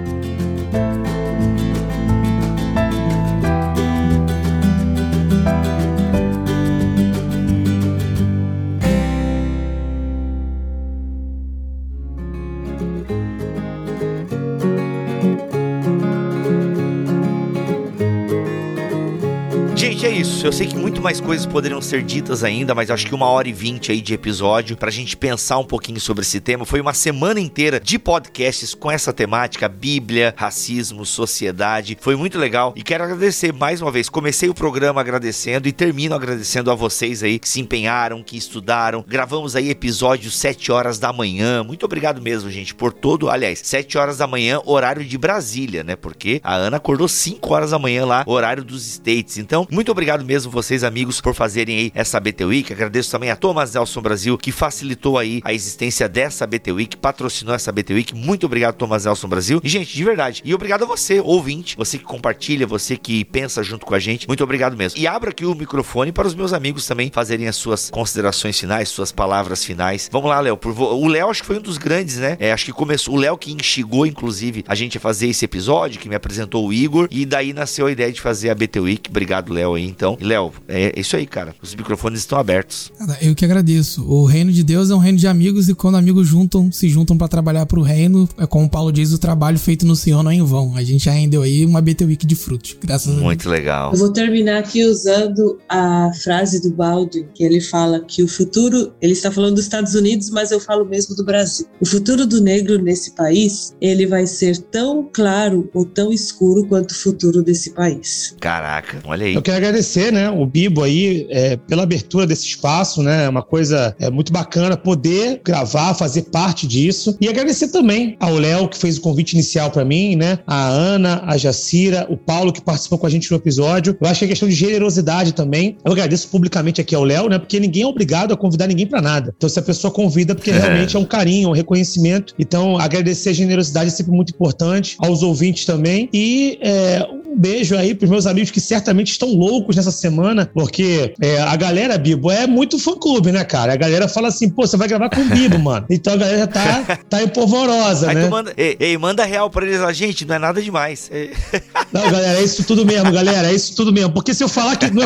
Gente, é isso. Eu sei que muito mais coisas poderiam ser ditas ainda, mas acho que 1h20 aí de episódio pra gente pensar um pouquinho sobre esse tema. Foi uma semana inteira de podcasts com essa temática, Bíblia, racismo, sociedade. Foi muito legal e quero agradecer mais uma vez. Comecei o programa agradecendo e termino agradecendo a vocês aí que se empenharam, que estudaram. Gravamos aí episódios 7 horas da manhã. Muito obrigado mesmo, gente, por todo... Aliás, 7 horas da manhã, horário de Brasília, né? Porque a Ana acordou 5 horas da manhã lá, horário dos States. Então, muito obrigado mesmo vocês, amigos, por fazerem aí essa BT Week. Agradeço também a Thomas Nelson Brasil, que facilitou aí a existência dessa BT Week, patrocinou essa BT Week. Muito obrigado, Thomas Nelson Brasil. E, gente, de verdade, e obrigado a você, ouvinte, você que compartilha, você que pensa junto com a gente. Muito obrigado mesmo. E abro aqui o microfone para os meus amigos também fazerem as suas considerações finais, suas palavras finais. Vamos lá, Léo. O Léo acho que foi um dos grandes, né? Acho que começou, o Léo que instigou, inclusive, a gente a fazer esse episódio, que me apresentou o Igor, e daí nasceu a ideia de fazer a BT Week. Obrigado, Léo, aí, então. E, Léo, é isso aí, cara. Os microfones estão abertos. Eu que agradeço. O reino de Deus é um reino de amigos, e quando amigos se juntam para trabalhar pro reino, é como o Paulo diz, o trabalho feito no Senhor não é em vão. A gente já rendeu aí uma BT Week de frutos, graças a Deus. Muito legal. Eu vou terminar aqui usando a frase do Baldwin, que ele fala que o futuro, ele está falando dos Estados Unidos, mas eu falo mesmo do Brasil. O futuro do negro nesse país, ele vai ser tão claro ou tão escuro quanto o futuro desse país. Caraca, olha aí. Eu quero agradecer, né, o Bibo aí, pela abertura desse espaço, né, é uma coisa muito bacana poder gravar, fazer parte disso, e agradecer também ao Léo, que fez o convite inicial pra mim, né, a Ana, a Jacira, o Paulo, que participou com a gente no episódio. Eu acho que é questão de generosidade também. Eu agradeço publicamente aqui ao Léo, né, porque ninguém é obrigado a convidar ninguém pra nada. Então, se a pessoa convida, porque realmente é um carinho, um reconhecimento. Então, agradecer a generosidade é sempre muito importante, aos ouvintes também, e um beijo aí pros meus amigos que certamente estão loucos nessa semana, porque a galera, Bibo, é muito fã-clube, né, cara? A galera fala assim, pô, você vai gravar com o Bibo, mano. Então a galera já tá empolvorosa, né? Tu manda real pra eles, gente, não é nada demais. Não, galera, é isso tudo mesmo, galera, é isso tudo mesmo. Porque se eu falar que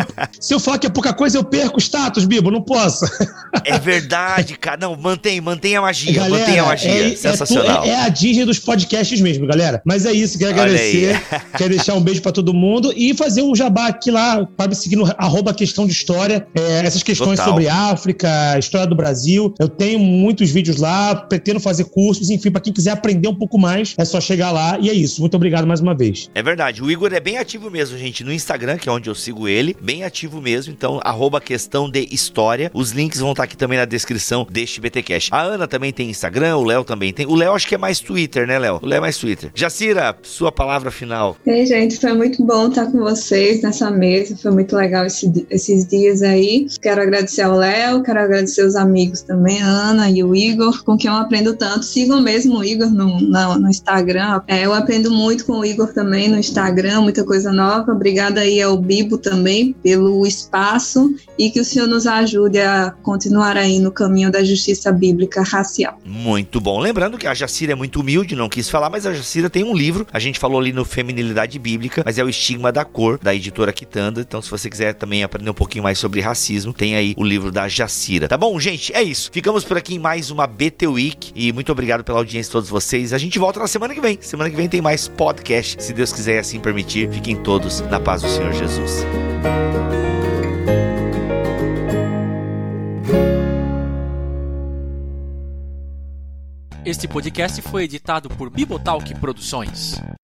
é pouca coisa, eu perco o status, Bibo, não posso. É verdade, cara. Não, mantém a magia, galera, mantém a magia. Sensacional. É a Disney dos podcasts mesmo, galera. Mas é isso, quero agradecer, quero deixar um beijo pra todo mundo e fazer um jabá aqui lá, para me seguir no @questão de história. Essas questões sobre África, história do Brasil. Eu tenho muitos vídeos lá, pretendo fazer cursos, enfim, para quem quiser aprender um pouco mais, é só chegar lá. E é isso. Muito obrigado mais uma vez. É verdade. O Igor é bem ativo mesmo, gente, no Instagram, que é onde eu sigo ele. Bem ativo mesmo. Então, @questão de história. Os links vão estar aqui também na descrição deste BTcast. A Ana também tem Instagram, o Léo também tem. O Léo acho que é mais Twitter, né, Léo? O Léo é mais Twitter. Jacira, sua palavra final. Gente, foi muito bom estar com vocês nessa mesa. Foi muito legal esses dias aí. Quero agradecer ao Léo, quero agradecer os amigos também, a Ana e o Igor, com quem eu aprendo tanto. Sigam mesmo o Igor no Instagram. Eu aprendo muito com o Igor também no Instagram, muita coisa nova. Obrigada aí ao Bibo também pelo espaço e que o Senhor nos ajude a continuar aí no caminho da justiça bíblica racial. Muito bom. Lembrando que a Jacira é muito humilde, não quis falar, mas a Jacira tem um livro, a gente falou ali no Feminilidade Bíblica, mas é o Estigma da Cor, da editora Quitanda. Então, se você quiser também aprender um pouquinho mais sobre racismo, tem aí o livro da Jacira. Tá bom, gente? É isso. Ficamos por aqui em mais uma BT Week e muito obrigado pela audiência de todos vocês. A gente volta na semana que vem. Semana que vem tem mais podcast, se Deus quiser e assim permitir. Fiquem todos na paz do Senhor Jesus. Este podcast foi editado por Bibotalk Produções.